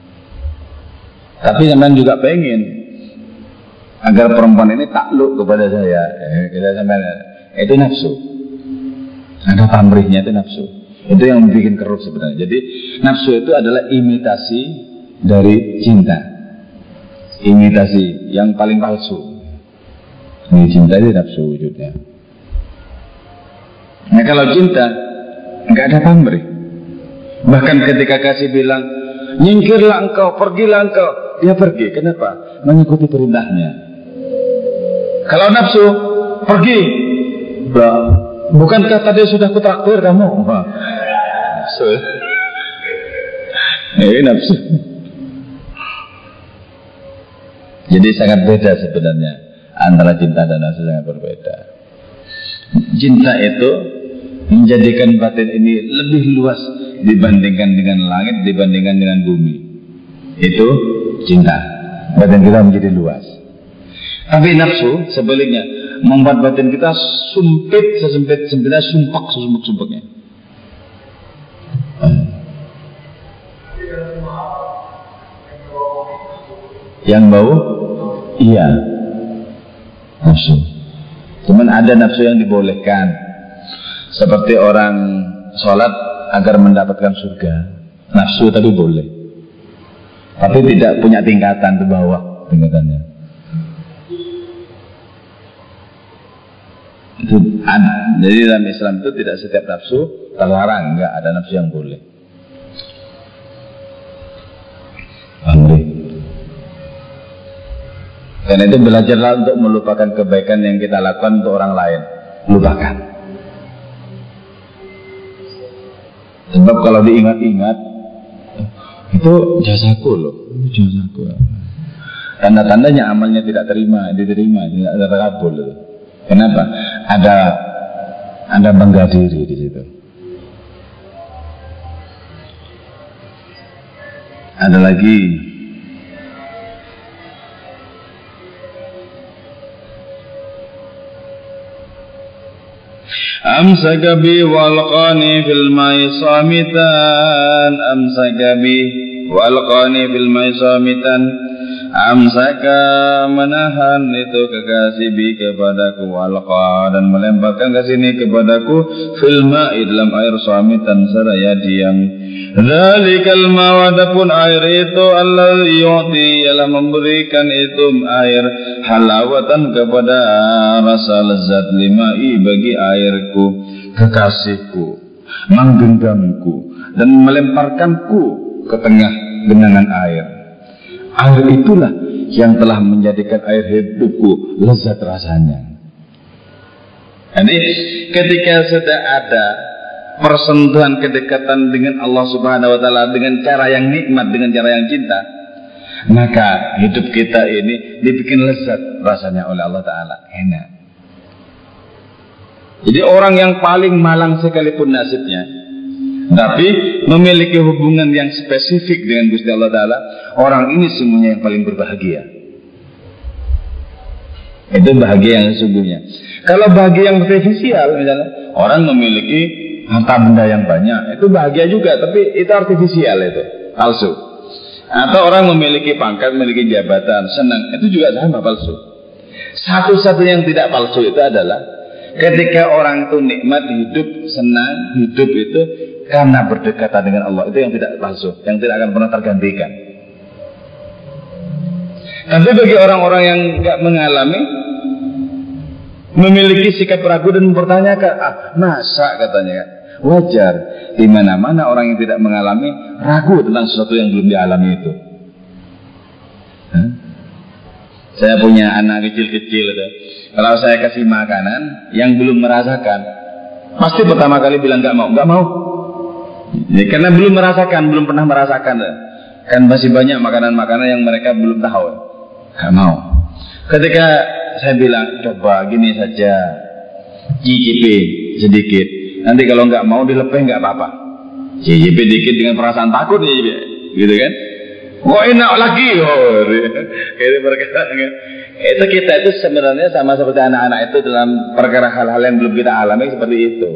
tapi sampean juga pengen agar perempuan ini takluk kepada saya. Eh, kita sampean itu nafsu. Ada pamrihnya itu nafsu. Itu yang bikin keruh sebenarnya. Jadi nafsu itu adalah imitasi dari cinta, imitasi yang paling palsu. Ini cinta itu nafsu wujudnya. Nah kalau cinta nggak ada pamrih. Bahkan ketika kasih bilang, nyingkirlah engkau, pergilah engkau, dia pergi. Kenapa? Mengikuti perintahnya. Kalau nafsu, pergi. Bukankah tadi sudah kutraktir kamu? Nafsu. Ini nafsu. Jadi sangat beda sebenarnya antara cinta dan nafsu, sangat berbeda. Cinta itu menjadikan batin ini lebih luas dibandingkan dengan langit, dibandingkan dengan bumi. Itu cinta. Batin kita menjadi luas. Tapi nafsu sebaliknya membuat batin kita sumpit, sesempit-sempitnya, sumpak, sesumpuk-sumpuknya. Yang bau? Iya, nafsu. Cuman ada nafsu yang dibolehkan. Seperti orang sholat agar mendapatkan surga, nafsu tapi boleh. Tapi tidak punya tingkatan ke bawah tingkatannya. Itu ada. Jadi dalam Islam itu tidak setiap nafsu terlarang, enggak, ada nafsu yang boleh. Amri. Karena itu belajarlah untuk melupakan kebaikan yang kita lakukan untuk orang lain. Lupakan. Sebab kalau diingat-ingat, itu jasaku loh, itu jasaku. Tanda-tandanya amalnya tidak terima, diterima, tidak terkabul. Kenapa? Ada ada bangga diri di situ. Ada lagi. Amsaka bi walqani fil mai samitan, amsaka bi walqani fil mai samitan, amsaka menahan itu kekasih bi kepadaku, walqa dan melemparkan ke sini kepadaku, fil mai dalam air samitan seraya diam. Dzalikal mawadapun air itu Allah yu'ti, ialah memberikan itu air halawatan kepada rasa lezat, limai bagi airku, kekasihku, menggenggamku dan melemparkanku ke tengah genangan air. Air itulah yang telah menjadikan air hidupku lezat rasanya. Jadi ketika sudah ada persentuhan kedekatan dengan Allah Subhanahu wa taala dengan cara yang nikmat, dengan cara yang cinta, maka hidup kita ini dibikin lezat rasanya oleh Allah taala, enak. Jadi orang yang paling malang sekalipun nasibnya, tapi memiliki hubungan yang spesifik dengan Gusti Allah taala, orang ini semuanya yang paling berbahagia. Itu bahagia yang sesungguhnya. Kalau bahagia yang artifisial, misalnya orang memiliki harta benda yang banyak, itu bahagia juga, tapi itu artifisial, itu palsu. Atau orang memiliki pangkat, memiliki jabatan, senang, itu juga sama, palsu. Satu-satunya yang tidak palsu itu adalah ketika orang itu nikmat hidup, senang hidup itu karena berdekatan dengan Allah. Itu yang tidak palsu, yang tidak akan pernah tergantikan. Tapi bagi orang-orang yang nggak mengalami, memiliki sikap ragu dan mempertanyakan, ah masa katanya kan, wajar. Di mana-mana orang yang tidak mengalami ragu tentang sesuatu yang belum dialami itu. Hah? Saya punya anak kecil-kecil itu, kalau saya kasih makanan yang belum merasakan, pasti pertama kali bilang nggak mau, nggak mau. Ya, karena belum merasakan, belum pernah merasakan. Kan masih banyak makanan-makanan yang mereka belum tahu, nggak mau. Ketika saya bilang, coba gini saja, cicipi sedikit. Nanti kalau nggak mau dilepeh nggak apa-apa. Cicipi dikit dengan perasaan takut, gitu kan? Oh enak lagi, oh, itu berkata, itu kita itu sebenarnya sama seperti anak-anak itu dalam perkara hal-hal yang belum kita alami seperti itu.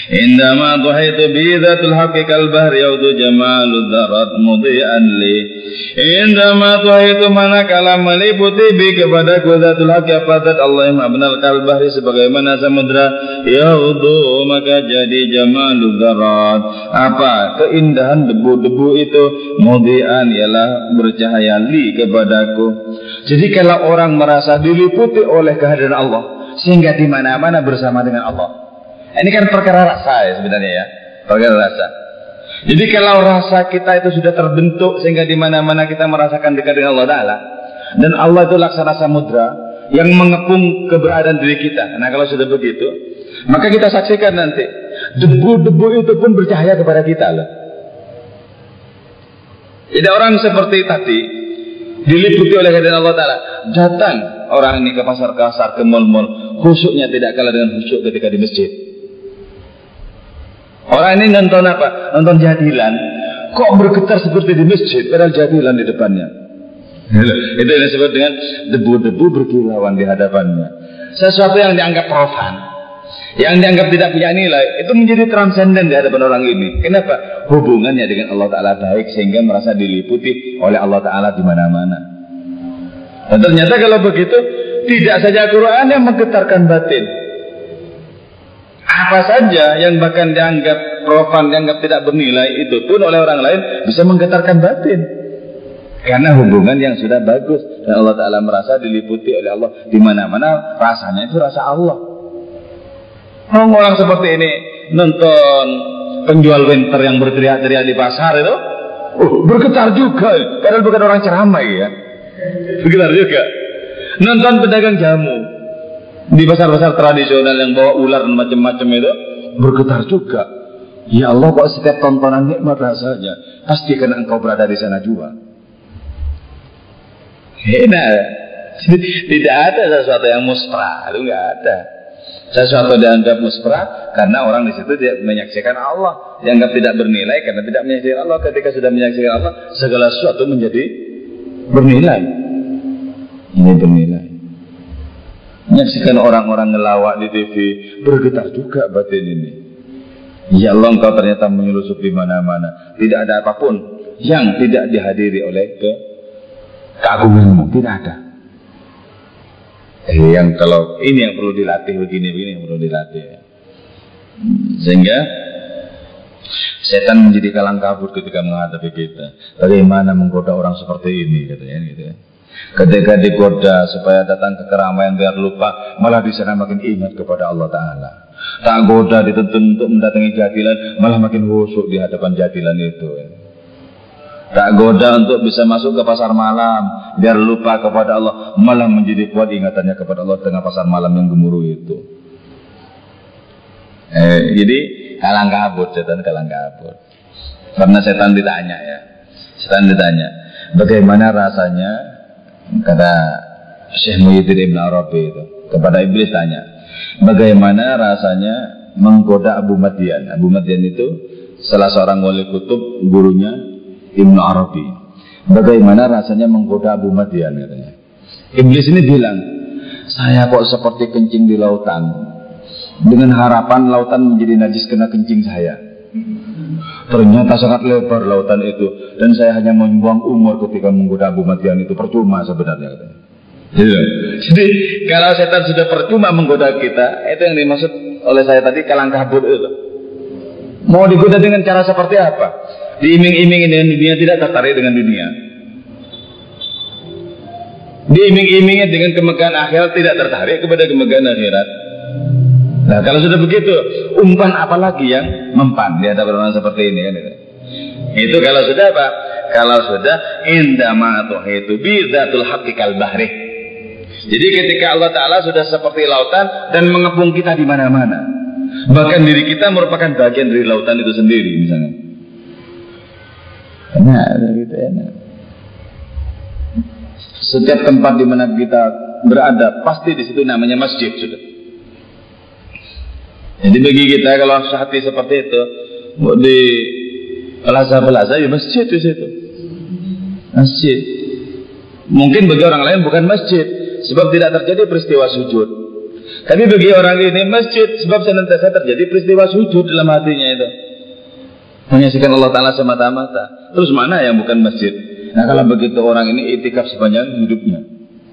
Indama tuhaitu bidatul haqqi kal bahri yaudu jamalud darat mudhi'an li. Indama tuhaitu manakala meliputi bi kepada kudatul haqqi apa zat Allah yang abnal kal bahri sebagaimana samudra yaudu maka jadi jamalud darat apa keindahan debu-debu itu mudhi'an ialah bercahaya li kepadaku. Jadi kalau orang merasa diliputi oleh kehadiran Allah sehingga di mana-mana bersama dengan Allah. Ini kan perkara rasa ya sebenarnya ya, perkara rasa. Jadi kalau rasa kita itu sudah terbentuk sehingga di mana-mana kita merasakan dekat dengan Allah Taala, dan Allah itu laksana samudra yang mengepung keberadaan diri kita. Nah kalau sudah begitu, maka kita saksikan nanti debu-debu itu pun bercahaya kepada kita loh. Jadi orang seperti tadi diliputi oleh kehadiran Allah Taala, datang orang ini ke pasar-pasar, ke mal-mal, khusyuknya tidak kalah dengan khusyuk ketika di masjid. Orang ini nonton apa? Nonton jadilan. Kok bergetar seperti di masjid padahal jadilan di depannya. Itu yang disebut dengan debu-debu berkilauan di hadapannya. Sesuatu yang dianggap profan, yang dianggap tidak punya nilai, itu menjadi transenden di hadapan orang ini. Kenapa? Hubungannya dengan Allah Ta'ala baik sehingga merasa diliputi oleh Allah Ta'ala di mana-mana. Dan ternyata kalau begitu, tidak saja Quran yang menggetarkan batin. Apa saja yang bahkan dianggap profan, dianggap tidak bernilai, itu pun oleh orang lain bisa menggetarkan batin. Karena hubungan yang sudah bagus dan Allah Ta'ala merasa diliputi oleh Allah di mana-mana, rasanya itu rasa Allah. Orang-orang seperti ini nonton penjual winter yang berteriak-teriak di pasar itu, oh, bergetar juga, padahal bukan orang ceramah ya, bergetar juga. Nonton pedagang jamu di pasar-pasar tradisional yang bawa ular dan macam-macam itu, bergetar juga. Ya Allah, kok setiap tontonan nikmat rasanya, pasti karena engkau berada di sana juga. Enak. Tidak ada sesuatu yang muspra, itu nggak ada. Sesuatu dianggap muspra karena orang di situ tidak menyaksikan Allah, dianggap tidak bernilai karena tidak menyaksikan Allah. Ketika sudah menyaksikan Allah, segala sesuatu menjadi bernilai. Ini bernilai. Menyaksikan orang-orang ngelawak di T V, bergetar juga batin ini. Ya Allah, engkau ternyata menyelusup di mana-mana. Tidak ada apapun yang tidak dihadiri oleh ke keagunganmu, tidak ada. Eh, yang kalau ini yang perlu dilatih begini-begini yang perlu dilatih. Sehingga setan menjadi kalang kabut ketika menghadapi kita. Bagaimana menggoda orang seperti ini, katanya gitu ya. Ketika digoda supaya datang ke keramaian biar lupa, malah di sana makin ingat kepada Allah Ta'ala. Tak goda dituntun untuk mendatangi jadilan, malah makin khusyuk di hadapan jadilan itu. Tak goda untuk bisa masuk ke pasar malam, biar lupa kepada Allah, malah menjadi kuat ingatannya kepada Allah tengah pasar malam yang gemuruh itu. Eh, jadi kalang kabut, setan kalang kabut. Karena setan ditanya ya, setan ditanya, bagaimana rasanya? Kata Syekh Muhyiddin Ibn Arabi itu kepada iblis tanya, bagaimana rasanya menggoda Abu Madian? Abu Madian itu salah seorang wali kutub, gurunya Ibn Arabi. Bagaimana rasanya menggoda Abu Madian, katanya. Iblis ini bilang, saya kok seperti kencing di lautan, dengan harapan lautan menjadi najis kena kencing saya. Ternyata sangat lebar lautan itu, dan saya hanya membuang umur ketika menggoda Abu Madian itu, percuma sebenarnya, katanya. Jadi kalau setan sudah percuma menggoda kita, itu yang dimaksud oleh saya tadi kalang kabut itu. Mau digoda dengan cara seperti apa? Diiming-iming dengan dunia, tidak tertarik dengan dunia. Diiming-imingnya dengan kemegahan akhirat, tidak tertarik kepada kemegahan akhirat. Nah kalau sudah begitu, umpan apa lagi yang mempan di hadapan orang seperti ini kan? Itu kalau sudah apa? Kalau sudah indama tuhitu bidatul haqqi kal bahri. Jadi ketika Allah Ta'ala sudah seperti lautan dan mengepung kita di mana-mana, bahkan diri kita merupakan bagian dari lautan itu sendiri misalnya. Nah, gitu ya. Setiap tempat di mana kita berada pasti di situ namanya masjid sudah. Jadi bagi kita kalau hati seperti itu, di plaza-plaza ya masjid di situ. Masjid. Mungkin bagi orang lain bukan masjid, sebab tidak terjadi peristiwa sujud. Tapi bagi orang ini masjid sebab senantiasa terjadi peristiwa sujud dalam hatinya itu, menyaksikan Allah Ta'ala semata-mata. Terus mana yang bukan masjid? Nah kalau begitu orang ini itikaf sepanjang hidupnya.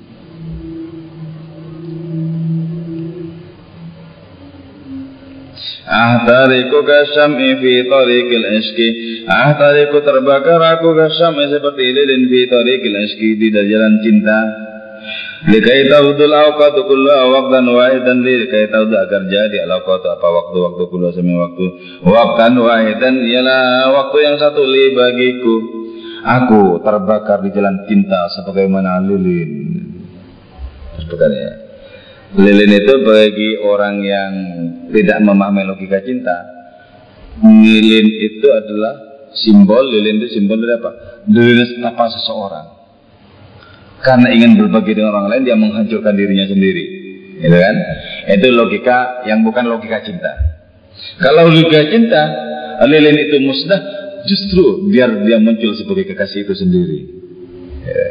Ahtariku kasyam'i fi tariqil ishqi. Ahtariku terbakar aku kasyam'i seperti lilin fi tariqil ishqi, di jalan cinta. Likai taudul awqatu kullu waqtan wahidan, likai taudul agar jadi al-awqatu apa waktu-waktu kullu semua waktu waqtan wahidan, ialah waktu yang satu li bagiku. Aku terbakar di jalan cinta sebagaimana lilin. Terbakar ya. Lilin itu bagi orang yang tidak memahami logika cinta, lilin itu adalah simbol, lilin itu simbol dari apa? Lilin apa seseorang. Karena ingin berbagi dengan orang lain, dia menghancurkan dirinya sendiri, gitu kan? Itu logika yang bukan logika cinta. Kalau logika cinta, lilin itu musnah, justru biar dia muncul sebagai kekasih itu sendiri. Ya.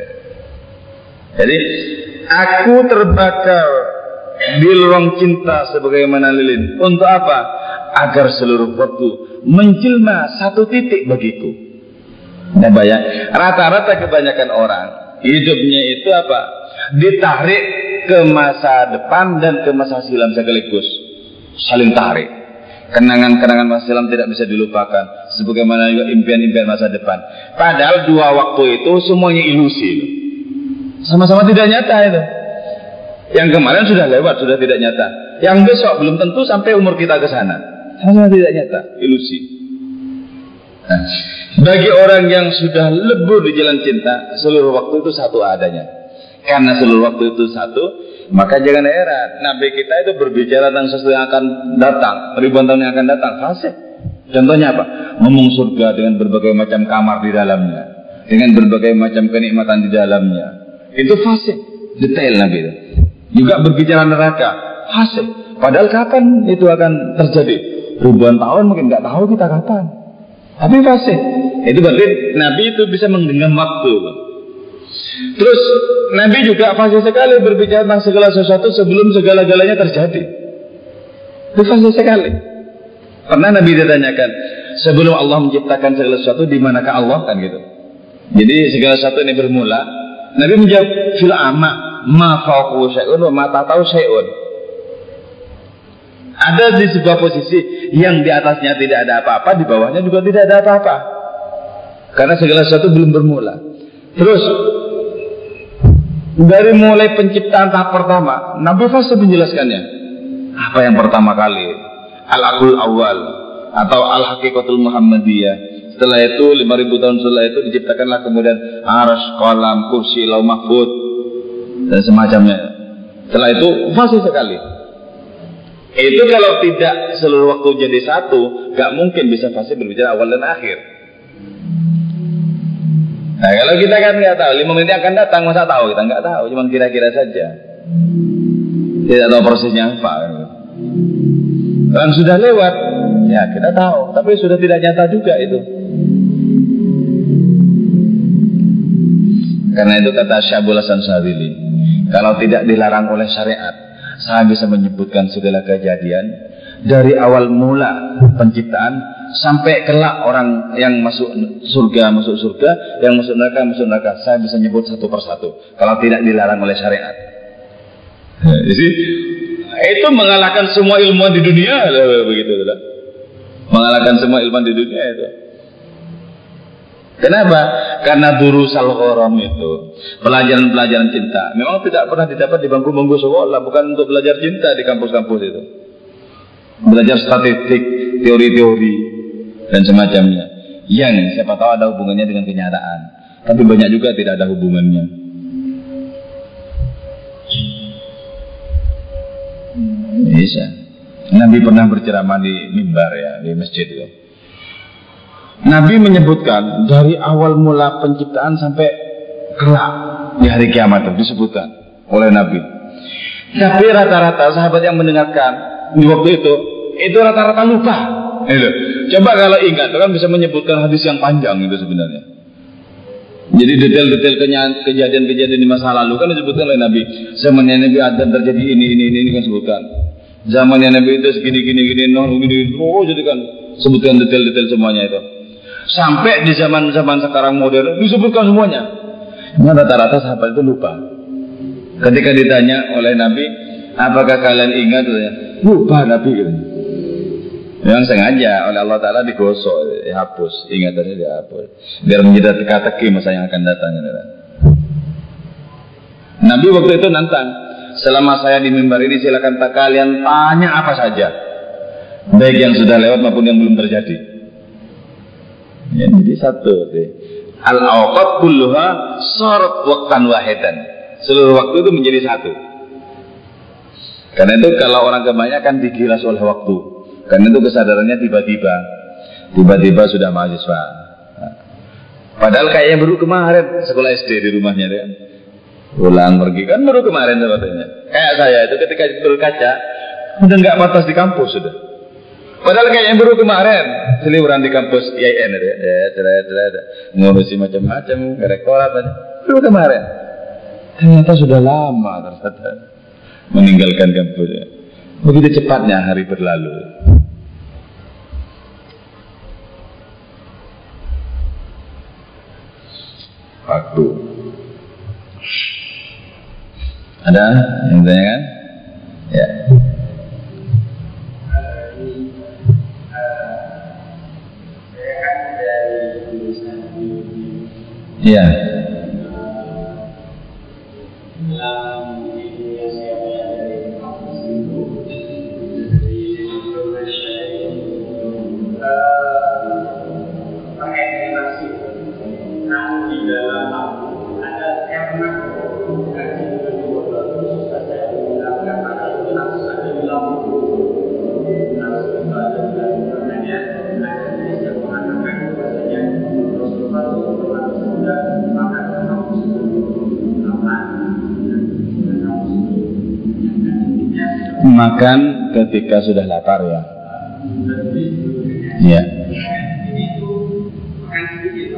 Jadi aku terbakar di lorong cinta sebagaimana lilin. Untuk apa? Agar seluruh waktu menjelma satu titik bagiku. Nah, bayang, rata-rata kebanyakan orang hidupnya itu apa? Ditarik ke masa depan dan ke masa silam sekaligus, saling tarik. Kenangan-kenangan masa silam tidak bisa dilupakan, sebagaimana juga impian-impian masa depan. Padahal dua waktu itu semuanya ilusi, sama-sama tidak nyata itu. Yang kemarin sudah lewat, sudah tidak nyata. Yang besok belum tentu sampai umur kita ke sana, sama-sama tidak nyata, ilusi. Nah, bagi orang yang sudah lebur di jalan cinta, seluruh waktu itu satu adanya. Karena seluruh waktu itu satu, maka jangan heran Nabi kita itu berbicara tentang sesuatu yang akan datang, ribuan tahun yang akan datang, fasih. Contohnya apa? Ngomong surga dengan berbagai macam kamar di dalamnya, dengan berbagai macam kenikmatan di dalamnya. Itu fasih, detail Nabi itu. Juga berbicara neraka, fasih. Padahal kapan itu akan terjadi? Ribuan tahun mungkin, nggak tahu kita kapan. Tapi fasih. Itu berarti Nabi itu bisa menggenggam waktu. Terus Nabi juga fasih sekali berbicara tentang segala sesuatu sebelum segala-galanya terjadi. Itu fasih sekali. Pernah Nabi ditanyakan, sebelum Allah menciptakan segala sesuatu, di manakah Allah, kan gitu. Jadi segala sesuatu ini bermula. Nabi menjawab, fil ama ma fawqu syai'un wa ma tatau syai'un. Ada di sebuah posisi yang di atasnya tidak ada apa-apa, di bawahnya juga tidak ada apa-apa. Karena segala sesuatu belum bermula. Terus dari mulai penciptaan tahap pertama, Nabi Fasa menjelaskannya. Apa yang pertama kali? Al-Aqul Awal atau Al-Haqiqatul Muhammadiyah. Setelah itu lima ribu tahun setelah itu diciptakanlah kemudian Arsy, Qalam, Kursi, Lauh Mahfuz dan semacamnya. Setelah itu fasih sekali. Itu kalau tidak seluruh waktu jadi satu, gak mungkin bisa fasih berbicara awal dan akhir. Nah kalau kita kan nggak tahu, lima menit akan datang, masa tahu? Kita nggak tahu, cuma kira-kira saja. Tidak tahu prosesnya apa. Kalau sudah lewat, ya kita tahu, tapi sudah tidak nyata juga itu. Karena itu kata Syabul Hasan Syadzili, kalau tidak dilarang oleh syariat, saya bisa menyebutkan segala kejadian dari awal mula penciptaan sampai kelak orang yang masuk surga masuk surga, yang masuk neraka masuk neraka. Saya bisa nyebut satu persatu kalau tidak dilarang oleh syariat. Jadi itu mengalahkan semua ilmuwan di dunia, begitu lah. Mengalahkan semua ilmuwan di dunia itu. Kenapa? Karena durusal gharam itu, pelajaran-pelajaran cinta, memang tidak pernah didapat di bangku-bangku sekolah, bukan untuk belajar cinta di kampus-kampus itu. Belajar statistik, teori-teori dan semacamnya, yang siapa tahu ada hubungannya dengan kenyataan, tapi banyak juga tidak ada hubungannya. Bisa. Nabi pernah berceramah di mimbar ya, di masjid itu. Nabi menyebutkan dari awal mula penciptaan sampai kelak di hari kiamat itu disebutkan oleh Nabi. Tapi rata-rata sahabat yang mendengarkan di waktu itu, itu rata-rata lupa. Itu. Coba kalau ingat, kan bisa menyebutkan hadis yang panjang itu sebenarnya. Jadi detail-detail kejadian-kejadian di masa lalu kan disebutkan oleh Nabi. Zamannya Nabi ada terjadi ini ini ini, ini kan sebutkan. Zamannya Nabi itu segini gini gini noh gini. Oh jadi kan sebutkan detail-detail semuanya itu. Sampai di zaman-zaman sekarang modern disebutkan semuanya. Nah, rata-rata sahabat itu lupa. Ketika ditanya oleh Nabi, apakah kalian ingat? Lupa Nabi gitu. Yang sengaja oleh Allah Ta'ala digosok, dihapus, ingatannya dihapus, biar menjadi teka-teki masa yang akan datang. Nabi waktu itu nantang, selama saya di mimbar ini silakan tak kalian tanya apa saja, baik yang sudah lewat maupun yang belum terjadi. Ya, jadi satu, al-awqat kulluha sarat waqtan wahidan. Seluruh waktu itu menjadi satu. Karena itu kalau orang kebanyakan digilas oleh waktu. Karena itu kesadarannya tiba-tiba Tiba-tiba sudah mahasiswa. Padahal kayaknya baru kemarin sekolah S D di rumahnya kan. Pulang pergi kan baru kemarin sebetulnya. Kayak saya itu ketika berkaca udah nggak batas di kampus sudah. Padahal kayaknya baru kemarin seliburan di kampus I A I N ya, ngurusi macam-macam, rektorat aja. Baru kemarin. Ternyata sudah lama ternyata meninggalkan kampusnya. Begitu cepatnya hari berlalu. Waktu. Ada yang tanyakan? Ya. Iya. Makan ketika sudah lapar ya. Ya. Ini itu makan sedikit,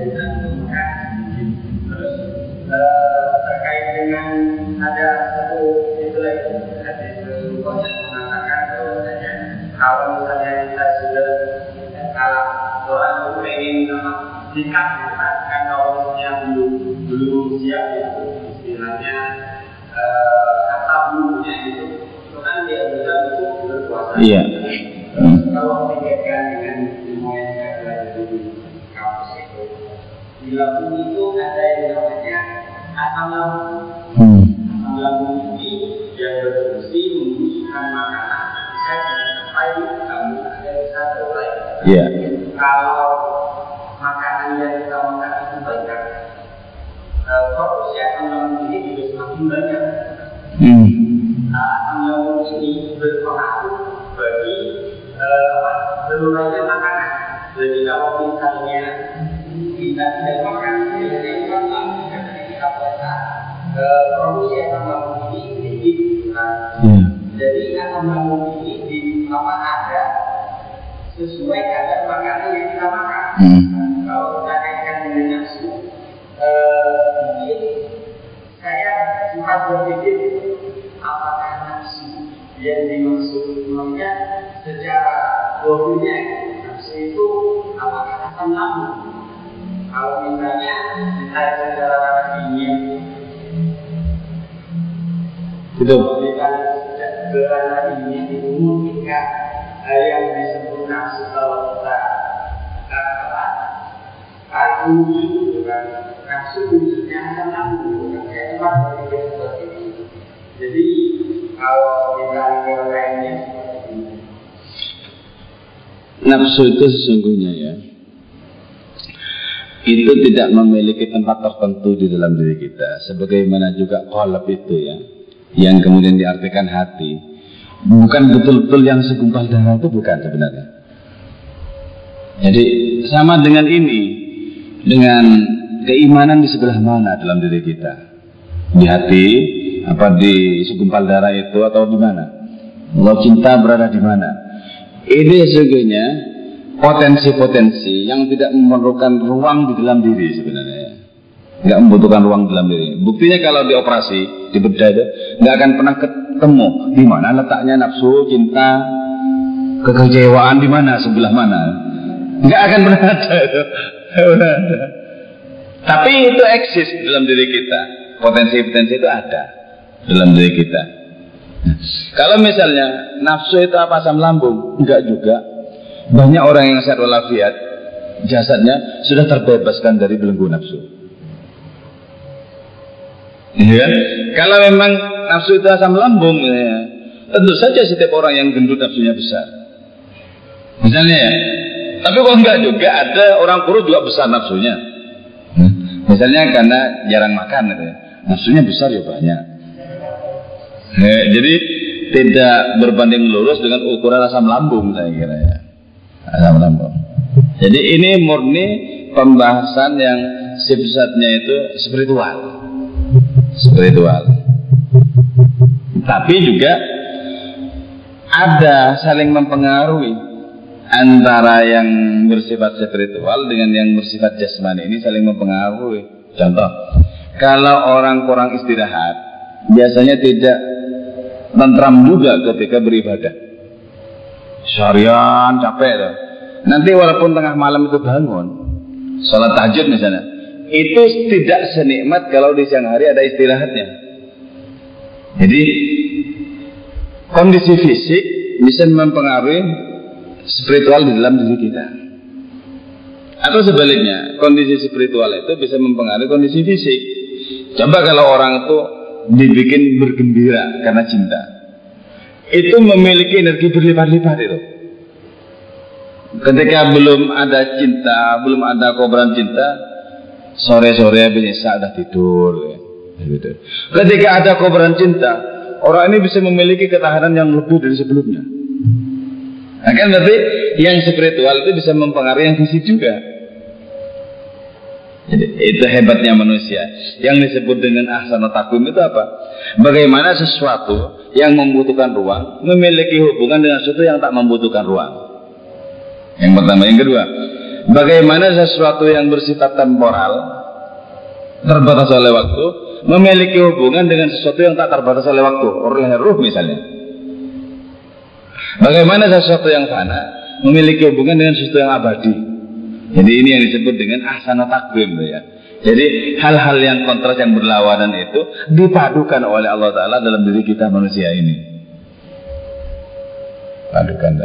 terus terkait dengan ada satu itu lagi, ada itu konsep mengatakan bahwasanya kalau misalnya kita sudah kalau orang itu pengen nikah, kan kalau yang belum belum siap itu istilahnya kata bulunya itu kan dia bisa untuk berpuasa. Iya. Hmm. Kalau dikaitkan dengan ilmu yang saya pelajari di kampus itu, di lambung itu ada yang namanya asam lambung. Hmm. Asam lambung ini yang berfungsi membusukkan makanan bisa sampai lambung ada bisa terurai. Iya. Kalau makanan yang kita makan itu banyak, produksi asam lambung ini juga semakin banyak. Hmm. Asam lambung ini berpengaruh bagi berurainya makanan. Jadi kalau misalnya kita tidak makan, biasanya kan karena kita puasa, produksi asam lambung ini sedikit. Hmm. Jadi asam lambung ini di apa ada sesuai kadar makanan yang kita makan. Hmm. Kalau kita kaitkan dengan nafsu, mungkin saya sempat berpikir apakah nafsu yang dimaksud namanya secara wahyunya nafsu itu apakah asam lambung? Kalau misalnya kita secara kimia itu secara kimia itu memungkinkan hal yang disebut nafsu kalau kita katakan kalau wujud bukan nafsu wujudnya asam lambung bukan saya cuma berpikir seperti itu. Jadi kalau kita lainnya nafsu itu sesungguhnya ya itu tidak memiliki tempat tertentu di dalam diri kita, sebagaimana juga qalb itu ya yang kemudian diartikan hati, bukan betul-betul yang segumpal darah itu bukan sebenarnya. Jadi sama dengan ini, dengan keimanan di sebelah mana dalam diri kita, di hati apa di segumpal darah itu atau di mana? Allah cinta berada di mana? Ini sesungguhnya potensi-potensi yang tidak memerlukan ruang di dalam diri sebenarnya. nggak membutuhkan ruang dalam diri. Buktinya kalau dioperasi, di bedah itu nggak akan pernah ketemu di mana letaknya nafsu, cinta, kekecewaan di mana, sebelah mana, nggak akan pernah ada itu. Pernah ada. Tapi itu eksis dalam diri kita. Potensi-potensi itu ada dalam diri kita. Kalau misalnya nafsu itu apa, asam lambung? Enggak juga. Banyak orang yang sehat walafiat, jasadnya sudah terbebaskan dari belenggu nafsu. Ya. Kalau memang nafsu itu asam lambung, ya, tentu saja setiap orang yang gendut nafsunya besar. Misalnya ya. Tapi kok enggak juga, ada orang kurus juga besar nafsunya. Hmm. Misalnya karena jarang makan, gitu ya. Nafsunya besar ya banyak. Ya, jadi tidak berbanding lurus dengan ukuran asam lambung, saya kira ya. Asam lambung. Jadi ini murni pembahasan yang sifatnya itu spiritual. Spiritual. Tapi juga ada saling mempengaruhi antara yang bersifat spiritual dengan yang bersifat jasmani, ini saling mempengaruhi. Contoh, kalau orang kurang istirahat, biasanya tidak tentram juga ketika beribadah. Seharian capek tuh. Nanti walaupun tengah malam itu bangun, sholat tahajud misalnya, itu tidak senikmat kalau di siang hari ada istirahatnya. Jadi kondisi fisik bisa mempengaruhi spiritual di dalam diri kita. Atau sebaliknya, kondisi spiritual itu bisa mempengaruhi kondisi fisik. Coba kalau orang itu dibikin bergembira karena cinta, itu memiliki energi berlipat-lipat itu. Ketika belum ada cinta, belum ada kobaran cinta, sore-sore bisa udah tidur ya. Ketika ada kobaran cinta, orang ini bisa memiliki ketahanan yang lebih dari sebelumnya. Nah, kan berarti yang spiritual itu bisa mempengaruhi yang fisik juga. Jadi itu hebatnya manusia. Yang disebut dengan ahsanu taqwim itu apa? Bagaimana sesuatu yang membutuhkan ruang memiliki hubungan dengan sesuatu yang tak membutuhkan ruang. Yang pertama. Yang kedua, bagaimana sesuatu yang bersifat temporal, terbatas oleh waktu, memiliki hubungan dengan sesuatu yang tak terbatas oleh waktu, oleh ruh misalnya. Bagaimana sesuatu yang fana memiliki hubungan dengan sesuatu yang abadi. Jadi ini yang disebut dengan ahsanu taqwim ya. Jadi hal-hal yang kontras, yang berlawanan itu dipadukan oleh Allah Ta'ala dalam diri kita manusia ini. Padukan.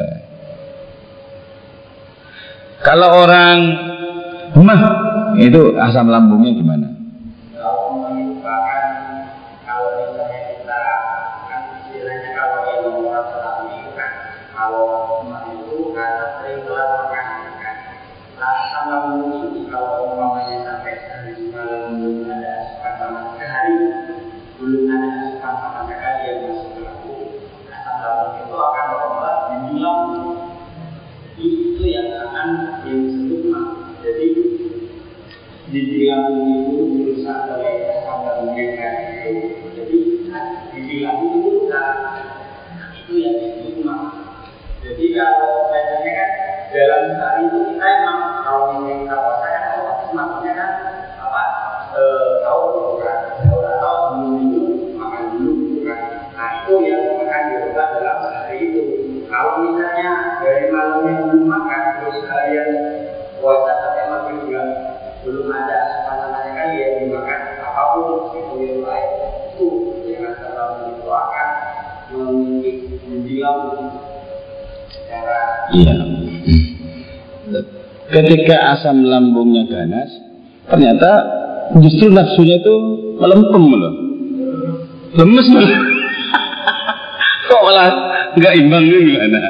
Kalau orang mah, itu asam lambungnya gimana? Kalau menyebabkan, kalau misalnya kita kan istilahnya kalau ilmu orang tetapi itu kan kalau mah itu karena sering keluar makan kan. Asam lambung ini kalau umpamanya sampai sehari malam belum ada asupan sama sekali, belum ada asupan sama sekali yang masuk ke lambung, asam lambung itu akan berubah menjadi lambung. Itu yang akan yang disebut mah. Jadi di lambung itu dirusak oleh asam lambung yang kayak itu. Jadi di lambung itu rusak. Itu yang disebut mah. Jadi kalau biasanya kan dalam sehari itu kita emang kalau misalnya kita puasa kan otomatis maksudnya kan apa e, tahu kan tahu atau belum itu makan dulu kan. Nah itu yang akan dirubah dalam sehari itu. Kalau misalnya dari malamnya belum makan terus harian puasa sampai maghrib juga belum ada asupan namanya kan ya dimakan apapun itu yang lain itu yang akan itu akan mengikis menjilam secara iya. Ketika asam lambungnya ganas, ternyata justru nafsunya itu melempem loh, lemes loh. Kok malah nggak imbang gimana?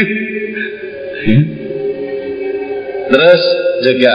Terus juga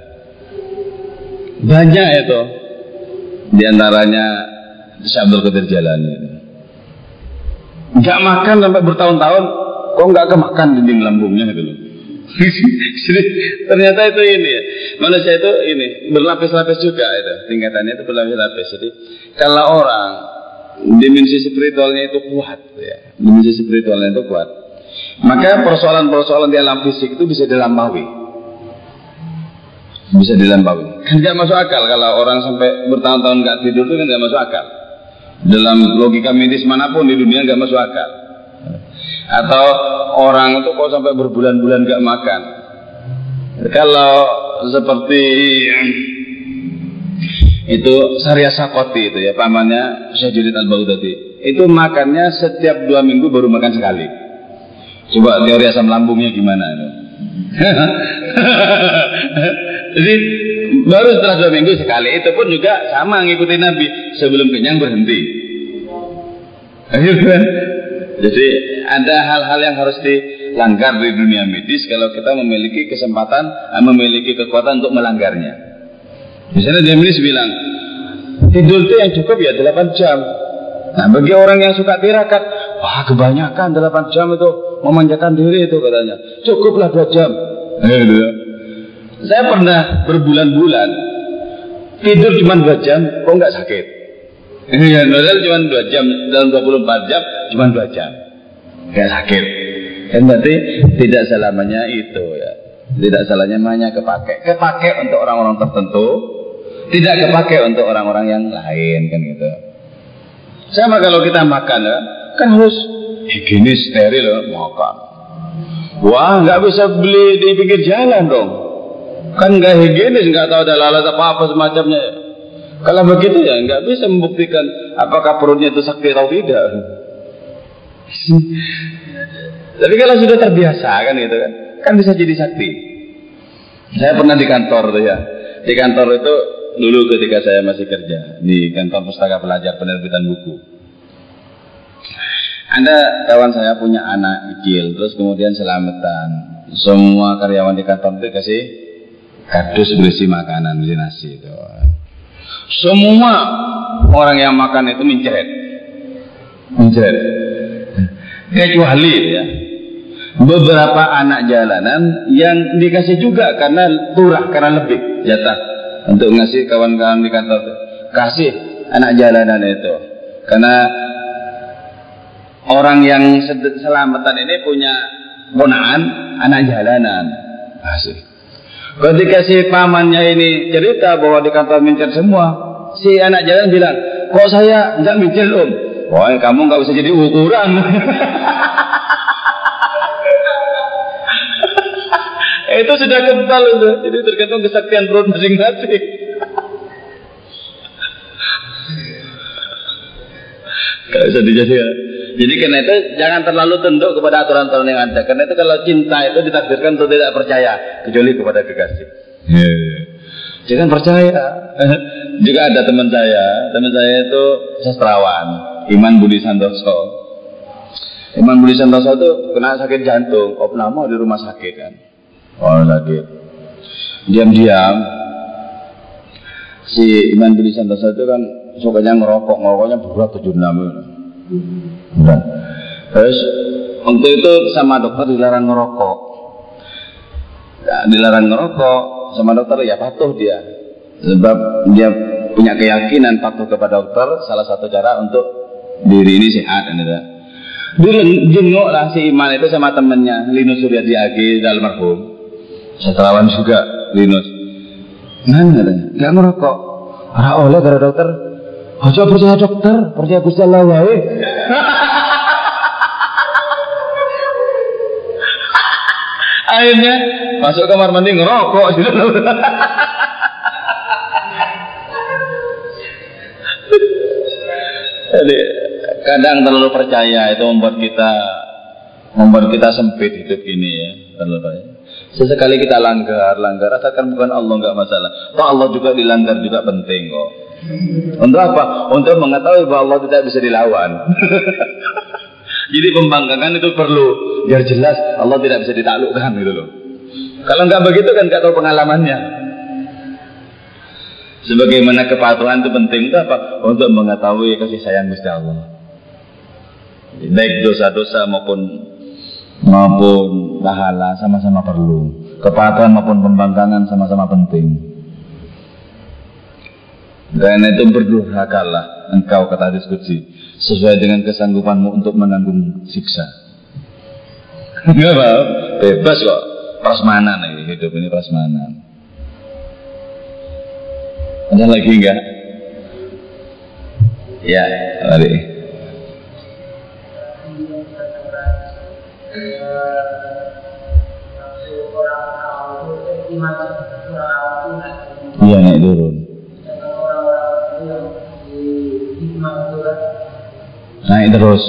banyak itu, diantaranya Syekh Abdul Qadir Jalani, nggak makan sampai bertahun-tahun, kok nggak kemakan dinding lambungnya gitu loh. Jadi ternyata itu ini ya, manusia itu ini berlapis-lapis juga itu, tingkatannya itu berlapis-lapis. Jadi kalau orang dimensi spiritualnya itu kuat ya, dimensi spiritualnya itu kuat, maka persoalan-persoalan di alam fisik itu bisa dilampaui. bisa dilampaui. Kan nggak masuk akal kalau orang sampai bertahun-tahun nggak tidur itu kan nggak masuk akal. Dalam logika medis manapun di dunia nggak masuk akal. Atau orang itu kok sampai berbulan-bulan nggak makan. Kalau seperti itu Syariah Sakoti itu ya, pamannya Syekh Junaid Al-Baghdadi, itu makannya setiap dua minggu baru makan sekali. Coba teori asam lambungnya gimana itu? Jadi baru setelah dua minggu sekali, itu pun juga sama ngikutin Nabi, sebelum kenyang berhenti. Jadi ada hal-hal yang harus dilanggar di dunia medis kalau kita memiliki kesempatan, memiliki kekuatan untuk melanggarnya. Misalnya dia medis bilang tidur itu yang cukup ya delapan jam. Nah bagi orang yang suka tirakat, wah kebanyakan delapan jam itu memanjakan diri itu katanya. Cukuplah dua jam. Saya pernah berbulan-bulan tidur cuma dua jam, kok nggak sakit? Ya, padahal cuma dua jam dalam dua puluh empat jam, cuma dua jam, nggak sakit. Kan berarti tidak selamanya itu ya, tidak selamanya kepake, kepake untuk orang-orang tertentu, tidak kepake untuk orang-orang yang lain kan gitu. Sama kalau kita makan ya, kan harus higienis, steril ya, makan. Wah, nggak bisa beli di pinggir jalan dong. Kan nggak higienis, nggak tahu ada lalat apa-apa semacamnya. Kalau begitu ya nggak bisa membuktikan apakah perutnya itu sakit atau tidak. Tapi kalau sudah terbiasa kan gitu kan, kan bisa jadi sakti. Saya pernah di kantor tuh ya, di kantor itu dulu ketika saya masih kerja di kantor pustaka pelajar penerbitan buku. Ada kawan saya punya anak kecil, terus kemudian selamatan. Semua karyawan di kantor itu kasih kardus berisi makanan, berisi nasi itu. Semua orang yang makan itu mencret, mencret. Kecuali ya beberapa anak jalanan yang dikasih juga karena turah, karena lebih jatah untuk ngasih kawan-kawan di kantor. Kasih anak jalanan itu karena orang yang selamatan ini punya ponaan anak jalanan. Kasih. Ketika si pamannya ini cerita bahwa di kantor mincir semua, si anak jalan bilang, kok saya nggak mincir om? Wah kamu nggak usah jadi ukuran. Itu sudah kebal itu, jadi tergantung kesaktian perut masing-masing. Gak bisa dijadikan. Jadi karena itu jangan terlalu tunduk kepada aturan-aturan yang ada. Karena itu kalau cinta itu ditakdirkan untuk tidak percaya kecuali kepada kekasih. Yeah. Jangan percaya. Juga ada teman saya, teman saya itu sastrawan, Iman Budi Santoso. Iman Budi Santoso itu kena sakit jantung, opname di rumah sakit kan. Oh sakit. Diam-diam si Iman Budi Santoso itu kan sukanya ngerokok, ngerokoknya berat tujuh puluh enam. Berat. Terus untuk itu sama dokter dilarang ngerokok. Nah, dilarang ngerokok sama dokter ya patuh dia. Sebab dia punya keyakinan patuh kepada dokter salah satu cara untuk diri ini sehat kan gitu. Dijenguk lah si Iman itu sama temennya Linus Suryadi Agi almarhum. Sastrawan juga Linus. Nah, enggak ngerokok. Ora oleh karo dokter. Aja percaya dokter, percaya Gusti Allah wae. Akhirnya masuk kamar mandi ngerokok. Jadi kadang terlalu percaya itu membuat kita membuat kita sempit hidup ini ya. Terlalu percaya. Sesekali kita langgar, langgar asalkan bukan Allah nggak masalah. Toh Allah juga dilanggar juga penting kok. Untuk apa? Untuk mengetahui bahwa Allah tidak bisa dilawan. Jadi pembangkangan itu perlu biar jelas Allah tidak bisa ditaklukkan gitu loh. Kalau nggak begitu kan nggak tahu pengalamannya. Sebagaimana kepatuhan itu penting itu apa? Untuk mengetahui kasih sayang Gusti Allah. Baik dosa-dosa maupun maupun pahala sama-sama perlu. Kepatuhan maupun pembangkangan sama-sama penting. Karena itu berdurhakalah engkau kata hadis qudsi sesuai dengan kesanggupanmu untuk menanggung siksa. Enggak apa, bebas kok. Prasmanan ini hidup ini prasmanan. Ada lagi enggak? Ya, mari. Iya, naik turun. Naik terus.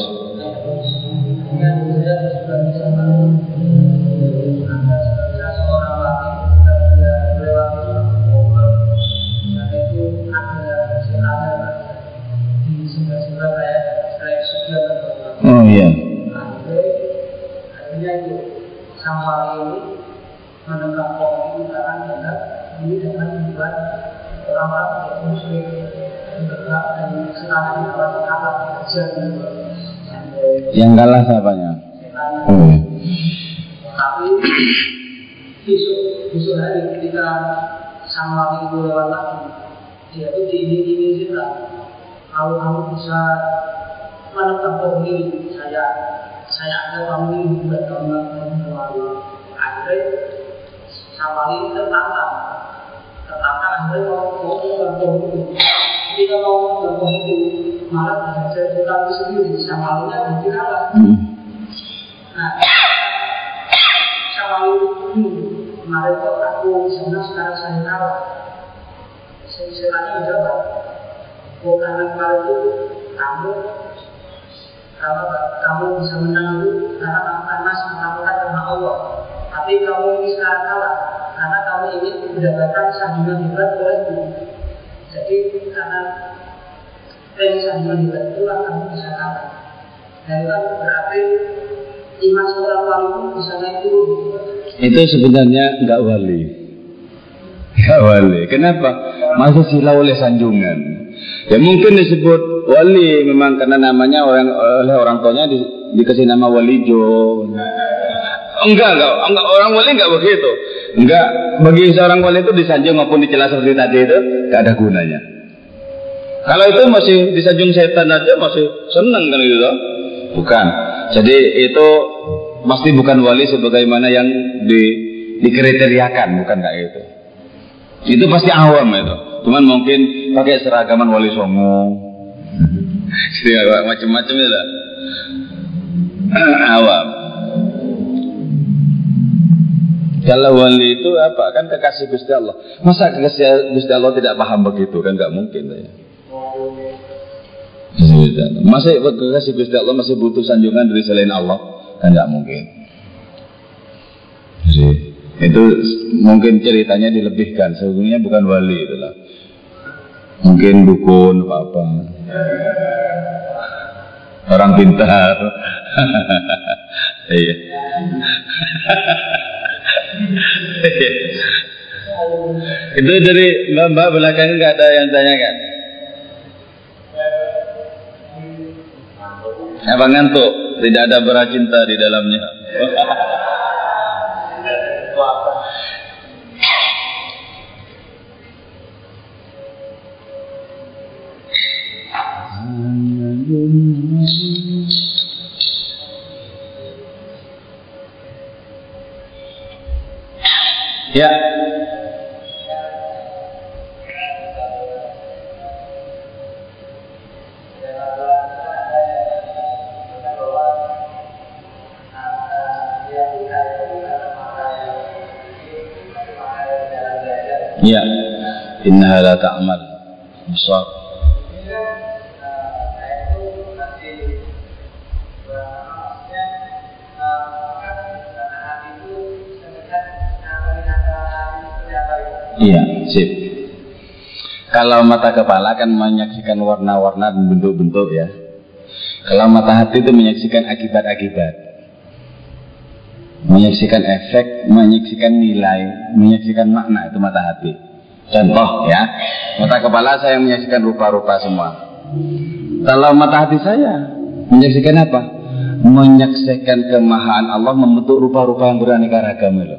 Oh iya. Artinya itu sama ini menegak pohon itu karena dianggap ini dapat membuat orang-orang muslim menegak dan sekarang diawasi kalah kerja. Yang kalah siapanya? Oh iya. Tapi besok besok hari ketika sama itu lewat lagi, dia itu diini-ini sih lah. Kalau kamu bisa menetap pohon ini, saya saya ada kamu ini buat kamu melalui akhirnya sama ini tertantang tertantang akhirnya mau mau menetap pohon itu. Ketika mau menetap pohon itu malah bisa jadi kamu sendiri sama ini ada di kalah. Nah, sama ini kemarin kok aku bisa sekarang saya kalah. Istilahnya udah pak, bukan kemarin itu kamu kalau kamu bisa menang itu karena kamu karena melakukan karena Allah. Tapi kamu ini sekarang kalah karena kamu ingin mendapatkan sanjungan hebat olehku. Jadi karena dari sanjungan hebat itulah kamu bisa kalah. Dan itu kan berarti iman seorang wali itu bisa naik turun. Itu sebenarnya enggak wali. Enggak wali. Kenapa? Masih silau oleh sanjungan. Ya mungkin disebut wali memang karena namanya orang oleh orang tuanya di, dikasih nama walijo. Enggak, enggak, enggak, orang wali enggak begitu. Enggak, bagi seorang wali itu disanjung maupun dicela seperti tadi itu enggak ada gunanya. Kalau itu masih disanjung setan aja masih senang kan itu toh? Bukan. Jadi itu pasti bukan wali sebagaimana yang di dikriteriakan, bukan kayak itu. Itu pasti awam itu. Cuman mungkin pakai seragaman wali songo. Jadi macam-macam itu lah. Awam. Kalau wali itu apa? Kan kekasih Gusti Allah. Masa kekasih Gusti Allah tidak paham begitu? Kan nggak mungkin ya. Masa kekasih Gusti Allah masih butuh sanjungan dari selain Allah? Kan nggak mungkin. Jadi, itu mungkin ceritanya dilebihkan. Sebetulnya bukan wali itulah. Mungkin dukun apa-apa. Orang pintar. Iya. Itu dari mbak-mbak belakang nggak ada yang tanyakan. Apa ngantuk? Tidak ada beracinta di dalamnya. Ya. Ya, innaha la ta'mal besar. Iya, sip. Kalau mata kepala kan menyaksikan warna-warna dan bentuk-bentuk ya. Kalau mata hati itu menyaksikan akibat-akibat, menyaksikan efek, menyaksikan nilai, menyaksikan makna, itu mata hati. Contoh ya, mata kepala saya menyaksikan rupa-rupa semua. Kalau mata hati saya menyaksikan apa? Menyaksikan kemahaan Allah membentuk rupa-rupa yang beraneka ragam itu.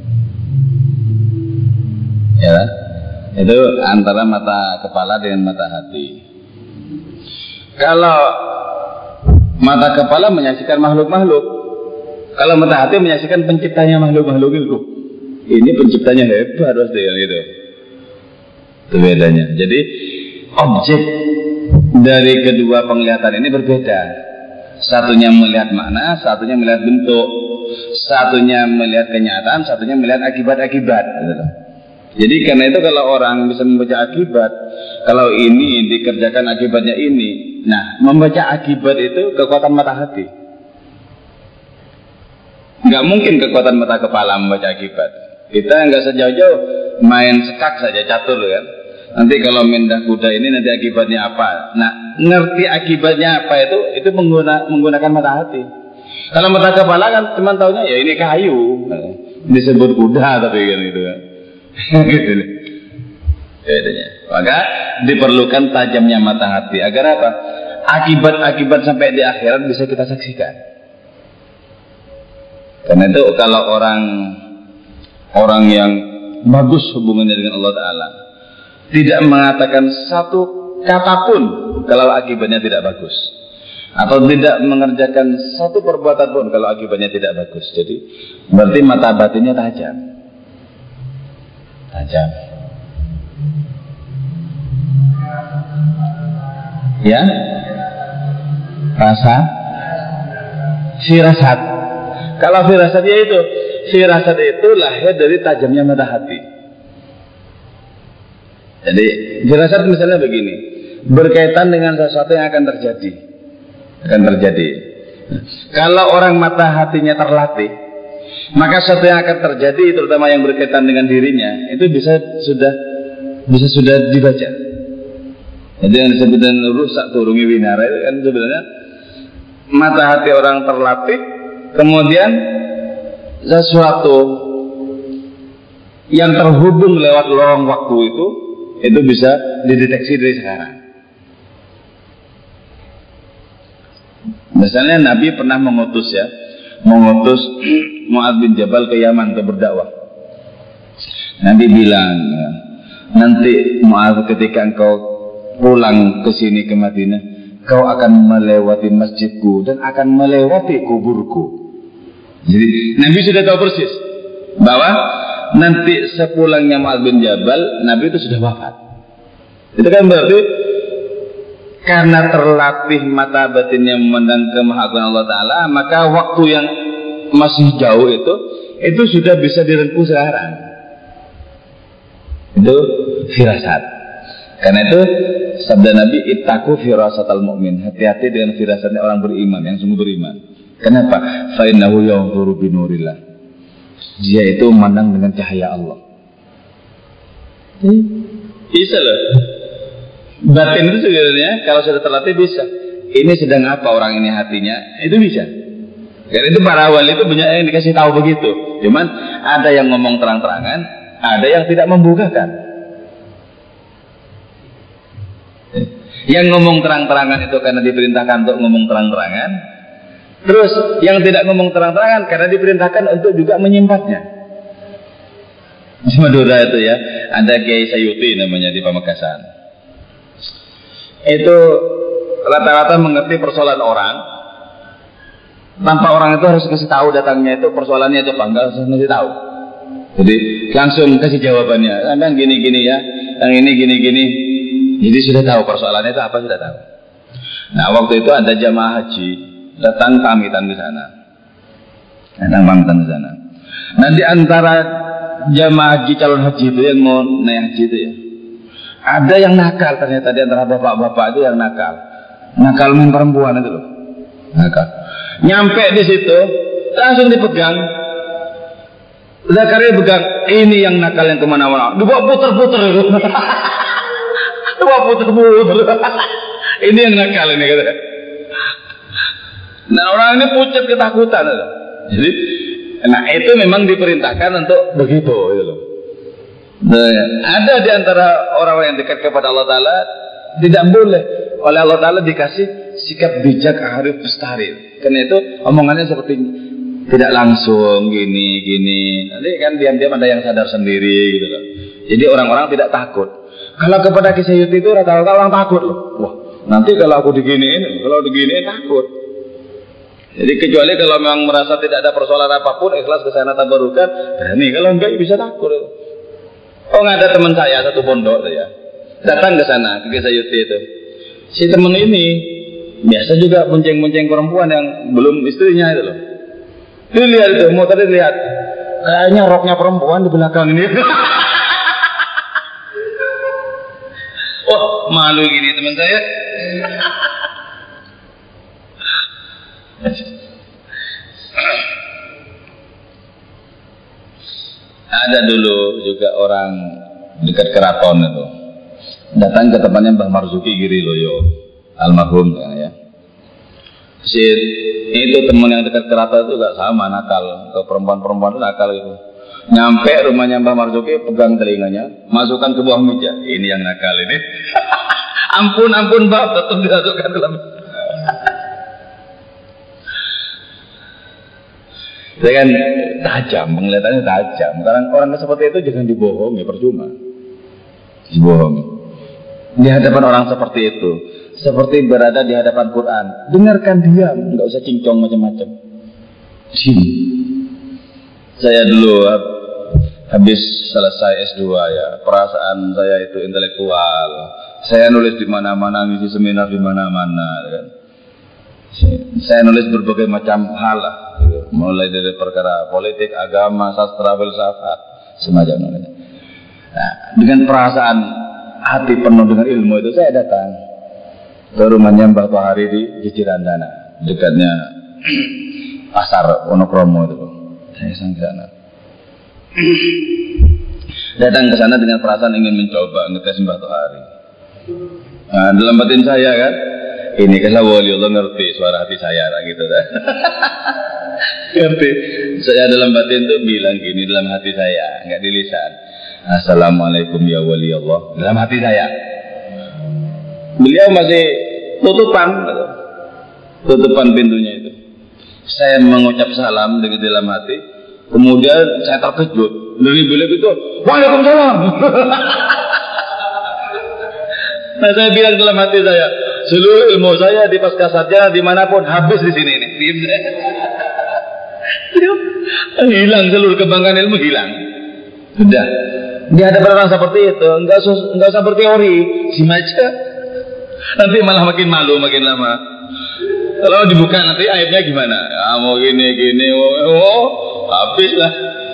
Ya, itu antara mata kepala dengan mata hati. Kalau mata kepala menyaksikan makhluk-makhluk, kalau mata hati menyaksikan penciptanya makhluk-makhluk itu. Ini penciptanya hebat pasti kan gitu. Itu bedanya. Jadi objek dari kedua penglihatan ini berbeda. Satunya melihat makna, satunya melihat bentuk. Satunya melihat kenyataan, satunya melihat akibat-akibat. Jadi karena itu kalau orang bisa membaca akibat, kalau ini dikerjakan akibatnya ini. Nah, membaca akibat itu kekuatan mata hati. Nggak mungkin kekuatan mata kepala membaca akibat. Kita nggak sejauh-jauh main sekak saja, catur kan. Nanti kalau mindah kuda ini nanti akibatnya apa? Nah, ngerti akibatnya apa itu itu mengguna, menggunakan mata hati. Kalau mata kepala kan cuma taunya ya ini kayu, disebut kuda tapi kan gitu kan. Gitu nih. Bedanya. Maka diperlukan tajamnya mata hati agar apa? Akibat-akibat sampai di akhirat bisa kita saksikan. Karena itu kalau orang orang yang bagus hubungannya dengan Allah Ta'ala tidak mengatakan satu kata pun kalau akibatnya tidak bagus, atau tidak mengerjakan satu perbuatan pun kalau akibatnya tidak bagus. Jadi berarti mata batinnya tajam. Tajam. Ya? Rasa? Firasat. Kalau firasatnya itu, firasat itu lahir dari tajamnya mata hati. Jadi firasat misalnya begini, berkaitan dengan sesuatu yang akan terjadi, akan terjadi. Kalau orang mata hatinya terlatih, maka sesuatu yang akan terjadi, terutama yang berkaitan dengan dirinya, itu bisa sudah bisa sudah dibaca. Jadi yang disebut dengan rusak turungi winara itu kan sebenarnya mata hati orang terlatih, kemudian sesuatu yang terhubung lewat lorong waktu itu itu bisa dideteksi dari sekarang. Misalnya Nabi pernah mengutus ya, mengutus Mu'adz bin Jabal ke Yaman untuk berdakwah. Nabi bilang, ya, nanti Mu'adz ketika engkau pulang ke sini ke Madinah, kau akan melewati masjidku dan akan melewati kuburku. Jadi Nabi sudah tahu persis bahwa nanti sepulangnya Mu'adz bin Jabal, Nabi itu sudah wafat. Itu kan berarti karena terlatih mata batinnya memandang kemahaguan Allah Ta'ala, maka waktu yang masih jauh itu itu sudah bisa direngkuh sekarang. Itu firasat. Karena itu sabda Nabi, ittaqu firasatal mu'min, hati-hati dengan firasatnya orang beriman, yang sungguh beriman. Kenapa? Fa innahu yanzuru binurillah. Dia itu memandang dengan cahaya Allah. Hmm? Bisa loh. Batin itu sebenarnya kalau sudah terlatih bisa. Ini sedang apa orang ini hatinya, itu bisa. Karena itu para wali itu banyak yang dikasih tahu begitu. Cuman ada yang ngomong terang-terangan, ada yang tidak membukakan. Yang ngomong terang-terangan itu karena diperintahkan untuk ngomong terang-terangan. Terus yang tidak ngomong terang-terangan karena diperintahkan untuk juga menyimpannya. Di Madura itu ya, ada Kiai Sayuti namanya di Pamekasan. Itu rata-rata mengerti persoalan orang tanpa orang itu harus kasih tahu datangnya itu persoalannya itu enggak harus kasih tahu. Jadi langsung kasih jawabannya. Kan gini-gini ya, yang ini gini-gini. Jadi sudah tahu persoalannya itu apa, sudah tahu. Nah, waktu itu ada jamaah haji datang pamitan ke sana. Datang pamitan ke sana. Nah, di antara jamaah haji calon haji itu yang mau naik haji itu ya, ada yang nakal ternyata di antara bapak-bapak itu yang nakal. Nakal main perempuan itu loh. Nakal. Nyampe di situ langsung dipegang. Udah karya pegang, ini yang nakal yang kemana-mana. Dibawa puter-puter itu. Dibawa puter-puter. Ini yang nakal ini katanya. Nah, orang ini pucat ketakutan loh. Jadi, nah itu memang diperintahkan untuk begitu gitu loh. Nah, ada di antara orang-orang yang dekat kepada Allah Ta'ala tidak boleh oleh Allah Ta'ala dikasih sikap bijak, arif, mustahil. Karena itu omongannya seperti tidak langsung gini gini. Nanti kan diam-diam ada yang sadar sendiri gitu loh. Jadi orang-orang tidak takut. Kalau kepada Kiai Sayuti itu rata-rata orang takut loh. Wah, nanti kalau aku diginiin, kalau diginiin takut. Jadi kecuali kalau memang merasa tidak ada persoalan apapun, ikhlas ke sana tabarukan, berani. Kalau enggak bisa takut. Oh, nggak ada teman saya satu pondok ya. Datang ke sana, ke Sayuti itu. Si temen ini biasa juga bonceng-bonceng perempuan yang belum istrinya itu loh. Dia lihat itu, mau tadi lihat, kayaknya roknya perempuan di belakang ini. Oh, malu gini teman saya. Ada dulu juga orang dekat keraton itu datang ke tempatnya Mbah Marzuki Giriloyo almarhum ya. Si itu teman yang dekat keraton itu gak sama nakal, ke perempuan-perempuan itu nakal gitu. Nyampe rumahnya Mbah Marzuki, pegang telinganya, masukkan ke bawah meja. Ini yang nakal ini. Ampun ampun Mbah, tetap dimasukkan dalam. Saya kan tajam, penglihatannya tajam. Karena orang seperti itu jangan dibohongi, percuma. Dibohongi. Di hadapan orang seperti itu, seperti berada di hadapan Quran. Dengarkan diam, nggak usah cincong macam-macam. Sini. Saya dulu habis selesai S dua ya, perasaan saya itu intelektual. Saya nulis di mana-mana, ngisi seminar di mana-mana, kan. Saya nulis berbagai macam hal lah, gitu. Mulai dari perkara politik, agama, sastra, filsafat, semacamnya. Nah, dengan perasaan hati penuh dengan ilmu itu saya datang ke rumahnya Mbah Tohari di Jijirandana, dekatnya pasar Wonokromo itu. Saya sang ke sana. Datang ke sana dengan perasaan ingin mencoba ngetes Mbah Tohari. Nah, dalam batin saya kan, ini kalau wali Allah ngerti suara hati saya lah gitu kan. Ngerti. Saya dalam batin tuh bilang gini dalam hati saya, nggak di lisan. Assalamualaikum ya wali Allah. Dalam hati saya. Beliau masih tutupan, tutupan pintunya itu. Saya mengucap salam dengan dalam hati. Kemudian saya terkejut. Dari beliau itu, Waalaikumsalam. Nah saya bilang dalam hati saya, seluruh ilmu saya di pasca sarjana dimanapun habis di sini nih. Hilang seluruh kebanggaan ilmu hilang. Sudah. Di hadapan orang seperti itu, enggak enggak usah berteori, sim aja. Nanti malah makin malu makin lama. Kalau dibuka nanti aibnya gimana? Ya, mau gini gini, oh, oh habis lah.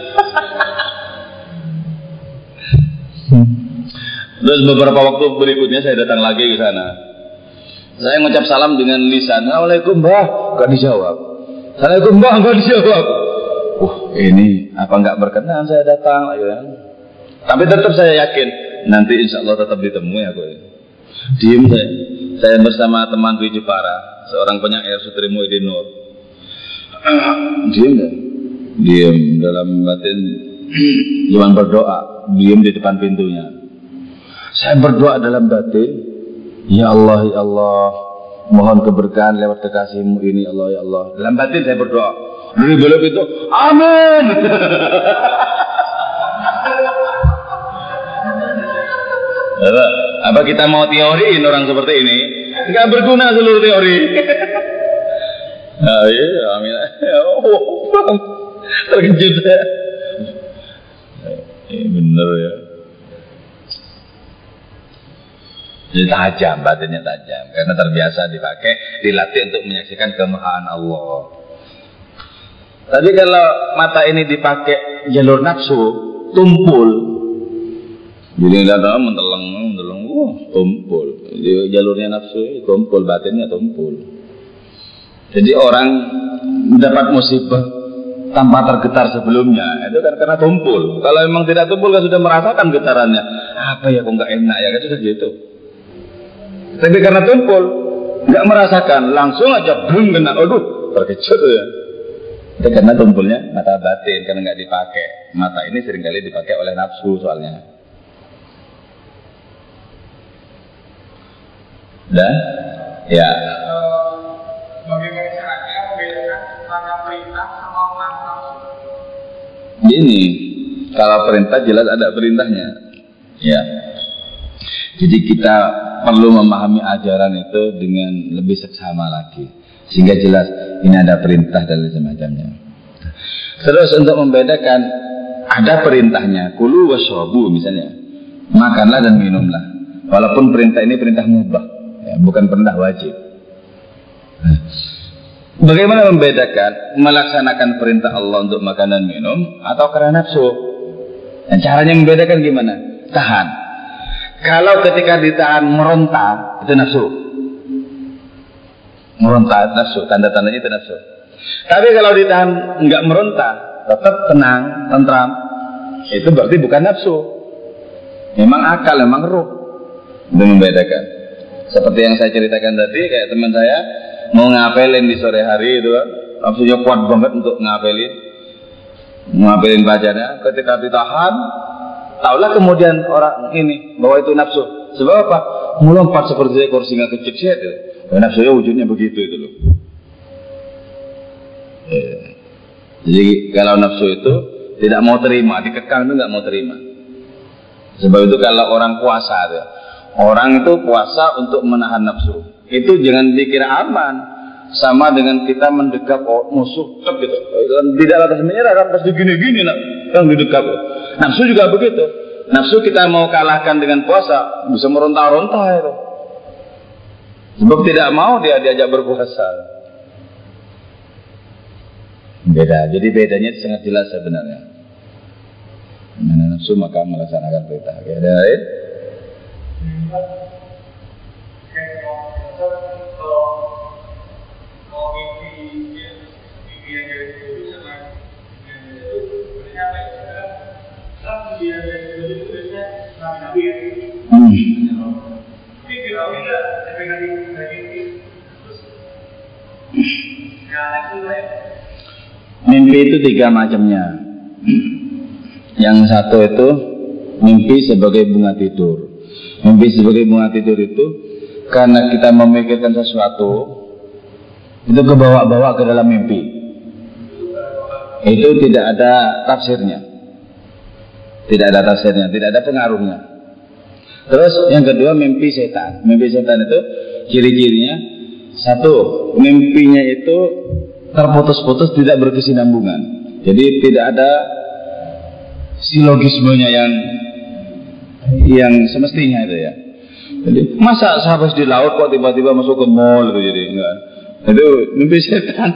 Terus beberapa waktu berikutnya saya datang lagi ke sana. Saya mengucap salam dengan lisan, Assalamualaikum Mbah, enggak dijawab. Assalamualaikum Mbah, enggak dijawab. Uh, ini apa enggak berkenan saya datang lagi kan? Tapi tetap saya yakin nanti insya Allah tetap ditemui aku. Diem saya. Saya bersama teman di Jepara, seorang penyair Sutri Muhyiddin Nur. Diem ya? Diem dalam batin, cuma berdoa. Diem di depan pintunya. Saya berdoa dalam batin, ya Allah ya Allah, mohon keberkahan lewat kekasihmu ini Allah ya Allah. Dalam batin saya berdoa. Dari beliau itu, amin. Apa, apa kita mau teoriin orang seperti ini? Enggak berguna seluruh teori. Nah, iya, amin. Oh, terkejut saya. Ini bener ya. Jadi tajam, batinnya tajam. Karena terbiasa dipakai, dilatih untuk menyaksikan kemahaan Allah. Tapi kalau mata ini dipakai jalur nafsu, tumpul. Jadi nggak tahu menteleng, menteleng, wah tumpul. Jadi jalurnya nafsu, tumpul, batinnya tumpul. Jadi orang mendapat musibah tanpa tergetar sebelumnya, itu kan karena tumpul. Kalau memang tidak tumpul kan sudah merasakan getarannya. Apa ya kok nggak enak ya kan sudah gitu. Tapi karena tumpul, nggak merasakan, langsung aja bung kena, aduh terkejut ya. Itu karena tumpulnya mata batin, karena nggak dipakai. Mata ini seringkali dipakai oleh nafsu soalnya. Dan ya. Bagaimana caranya membedakan mana perintah sama makna? Ini kalau perintah jelas ada perintahnya. Ya. Jadi kita perlu memahami ajaran itu dengan lebih seksama lagi, sehingga jelas ini ada perintah dan semacamnya. Terus untuk membedakan, ada perintahnya kulu washrabu misalnya, makanlah dan minumlah. Walaupun perintah ini perintah mubah, ya, bukan perintah wajib. Nah, bagaimana membedakan melaksanakan perintah Allah untuk makan dan minum atau karena nafsu? Dan caranya membedakan gimana? Tahan. Kalau ketika ditahan meronta, itu nafsu. Meronta nafsu, tanda-tandanya itu nafsu. Tapi kalau ditahan enggak meronta, tetap tenang, tentram, itu berarti bukan nafsu. Memang akal, memang ruh. Itu membedakan. Seperti yang saya ceritakan tadi, kayak teman saya mau ngapelin di sore hari itu, nafsunya kuat banget untuk ngapelin, ngapelin bacanya. Ketika ditahan, taulah kemudian orang ini bahwa itu nafsu. Sebab apa? Melompat seperti seekor singa kecil itu. Nafsunya wujudnya begitu itu loh. Eh. Jadi kalau nafsu itu tidak mau terima, dikekang itu nggak mau terima. Sebab itu kalau orang puasa itu, orang itu puasa untuk menahan nafsu. Itu jangan dikira aman, sama dengan kita mendekap musuh, tek gitu. Tidak atas menyerah, pasti gini-gini nak, yang didekap. Nafsu juga begitu. Nafsu kita mau kalahkan dengan puasa, bisa meronta-ronta itu. Sebab tidak mau dia diajak berpuasa. Beda, jadi bedanya itu sangat jelas sebenarnya. Mana nafsu maka melaksanakan perintah. Oke, ada lain? Mimpi itu tiga macamnya. Yang satu itu mimpi sebagai bunga tidur. Mimpi sebagai bunga tidur itu karena kita memikirkan sesuatu, itu kebawa-bawa ke dalam mimpi. Itu tidak ada tafsirnya, tidak ada tafsirnya, tidak ada pengaruhnya. Terus yang kedua mimpi setan. Mimpi setan itu ciri-cirinya satu, mimpinya itu terputus-putus, tidak berkesinambungan. Jadi tidak ada silogismenya yang yang semestinya itu ya. Jadi masa sehabis di laut kok tiba-tiba masuk ke mall itu, jadi enggak. Itu mimpi setan.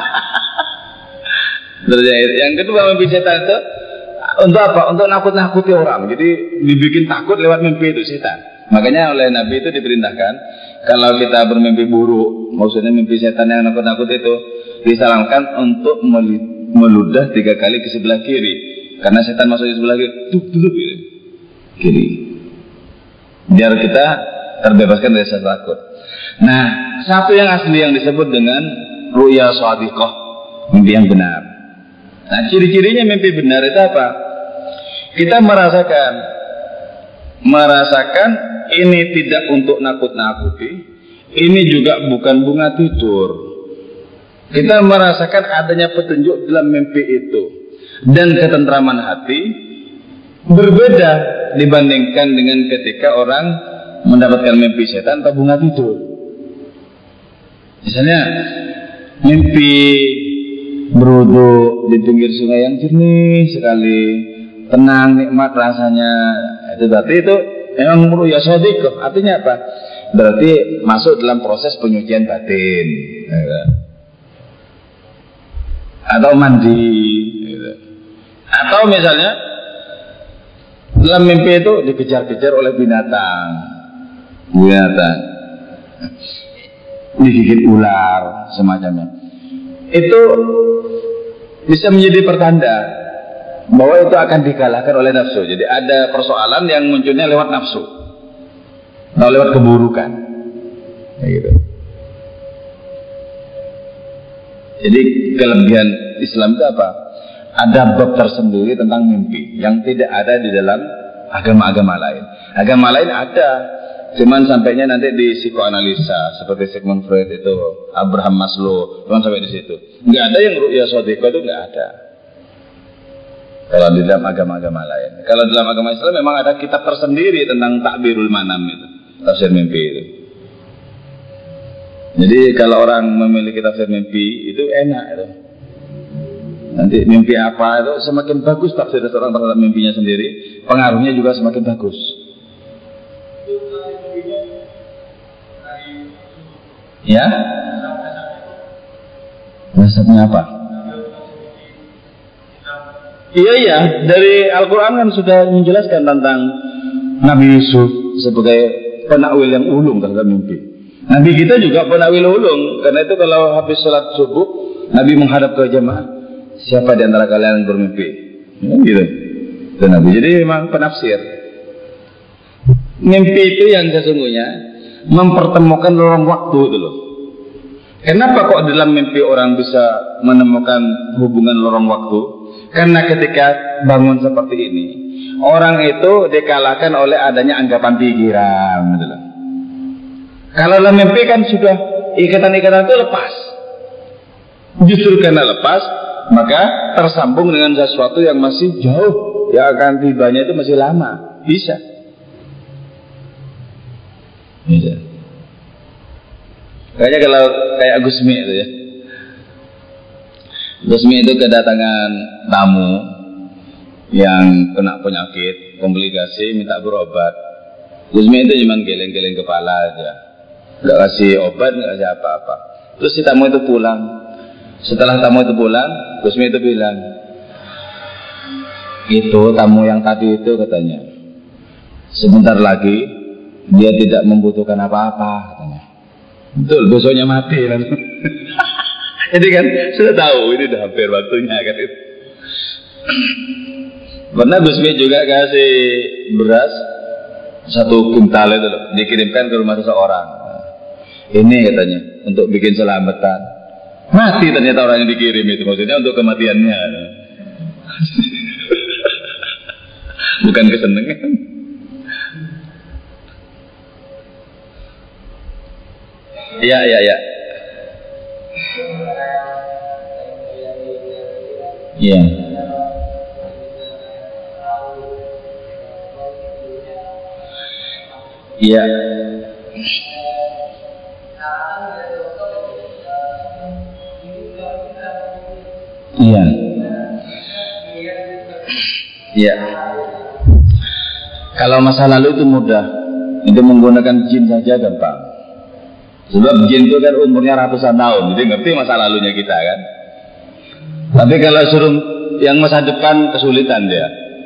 Terus yang kedua mimpi setan itu untuk apa? Untuk nakut-nakuti orang. Jadi dibikin takut lewat mimpi itu setan. Makanya oleh Nabi itu diperintahkan kalau kita bermimpi buruk, maksudnya mimpi setan yang nakut-nakut itu, disarankan untuk meludah tiga kali ke sebelah kiri, karena setan masuk di sebelah kiri, tuh, tuh, tuh, kiri, biar kita terbebaskan dari rasa takut. Nah, satu yang asli yang disebut dengan ruya shadiqah, mimpi yang benar. Nah, ciri-cirinya mimpi benar itu apa? Kita merasakan, merasakan ini tidak untuk nakut-nakuti, ini juga bukan bunga tidur. Kita merasakan adanya petunjuk dalam mimpi itu, dan ketentraman hati berbeda dibandingkan dengan ketika orang mendapatkan mimpi setan atau bunga tidur. Misalnya mimpi berwudu di pinggir sungai yang jernih sekali, tenang, nikmat rasanya, itu berarti itu memang ruya shadiqah. Artinya apa? Berarti masuk dalam proses penyucian batin, ya. Atau mandi, gitu. Atau misalnya dalam mimpi itu dikejar-kejar oleh binatang, binatang, digigit ular, semacamnya. Itu bisa menjadi pertanda bahwa itu akan dikalahkan oleh nafsu. Jadi ada persoalan yang munculnya lewat nafsu atau lewat keburukan, gitu. Jadi kelebihan Islam itu apa? Ada bab tersendiri tentang mimpi yang tidak ada di dalam agama-agama lain. Agama lain ada, cuman sampainya nanti di psikoanalisa seperti Sigmund Freud itu, Abraham Maslow, cuman sampai di situ. Nggak ada yang ru'ya shadiqah, itu nggak ada. Kalau di dalam agama-agama lain. Kalau dalam agama Islam memang ada kitab tersendiri tentang takbirul manam itu, tafsir mimpi itu. Jadi kalau orang memiliki tafsir mimpi itu enak itu. Nanti mimpi apa itu semakin bagus tafsir seorang terhadap mimpinya sendiri, pengaruhnya juga semakin bagus. Ya? Nasabnya apa? Iya iya, dari Al-Quran kan sudah menjelaskan tentang Nabi Yusuf sebagai penakwil yang ulung terhadap mimpi. Nabi kita juga penakwil ulung, karena itu kalau habis sholat subuh Nabi menghadap ke jemaah, siapa di antara kalian yang bermimpi? Ya, gitu. Dan Nabi jadi memang penafsir. Mimpi itu yang sesungguhnya mempertemukan lorong waktu itu loh. Kenapa kok dalam mimpi orang bisa menemukan hubungan lorong waktu? Karena ketika bangun seperti ini, orang itu dikalahkan oleh adanya anggapan pikiran gitu loh. Kalau dalam mimpi kan sudah ikatan-ikatan itu lepas. Justru karena lepas, maka tersambung dengan sesuatu yang masih jauh, yang akan tibanya itu masih lama. Bisa. Bisa. Kayaknya kalau kayak Gusmi itu ya. Gusmi itu kedatangan tamu yang kena penyakit, komplikasi, minta berobat. Gusmi itu cuma geleng-geleng kepala aja, nggak kasih obat, nggak kasih apa-apa. Terus si tamu itu pulang. Setelah tamu itu pulang, Gusmi itu bilang, itu tamu yang tadi itu katanya, sebentar lagi dia tidak membutuhkan apa-apa katanya. Betul, besoknya mati kan. Jadi kan sudah tahu ini udah hampir waktunya kan itu. Pernah Gusmi juga kasih beras satu kintal itu loh, dikirimkan ke rumah seseorang. Ini katanya untuk bikin selamatan. Mati ternyata orang yang dikirim itu, maksudnya untuk kematiannya. Bukan kesenangan. Iya, iya, iya. Iya. Iya. Iya. Iya. Kalau masa lalu itu mudah, itu menggunakan jin saja gampang. Sebab jin itu kan umurnya ratusan tahun, jadi ngerti masa lalunya kita kan. Tapi kalau suruh yang masa depan kesulitan dia.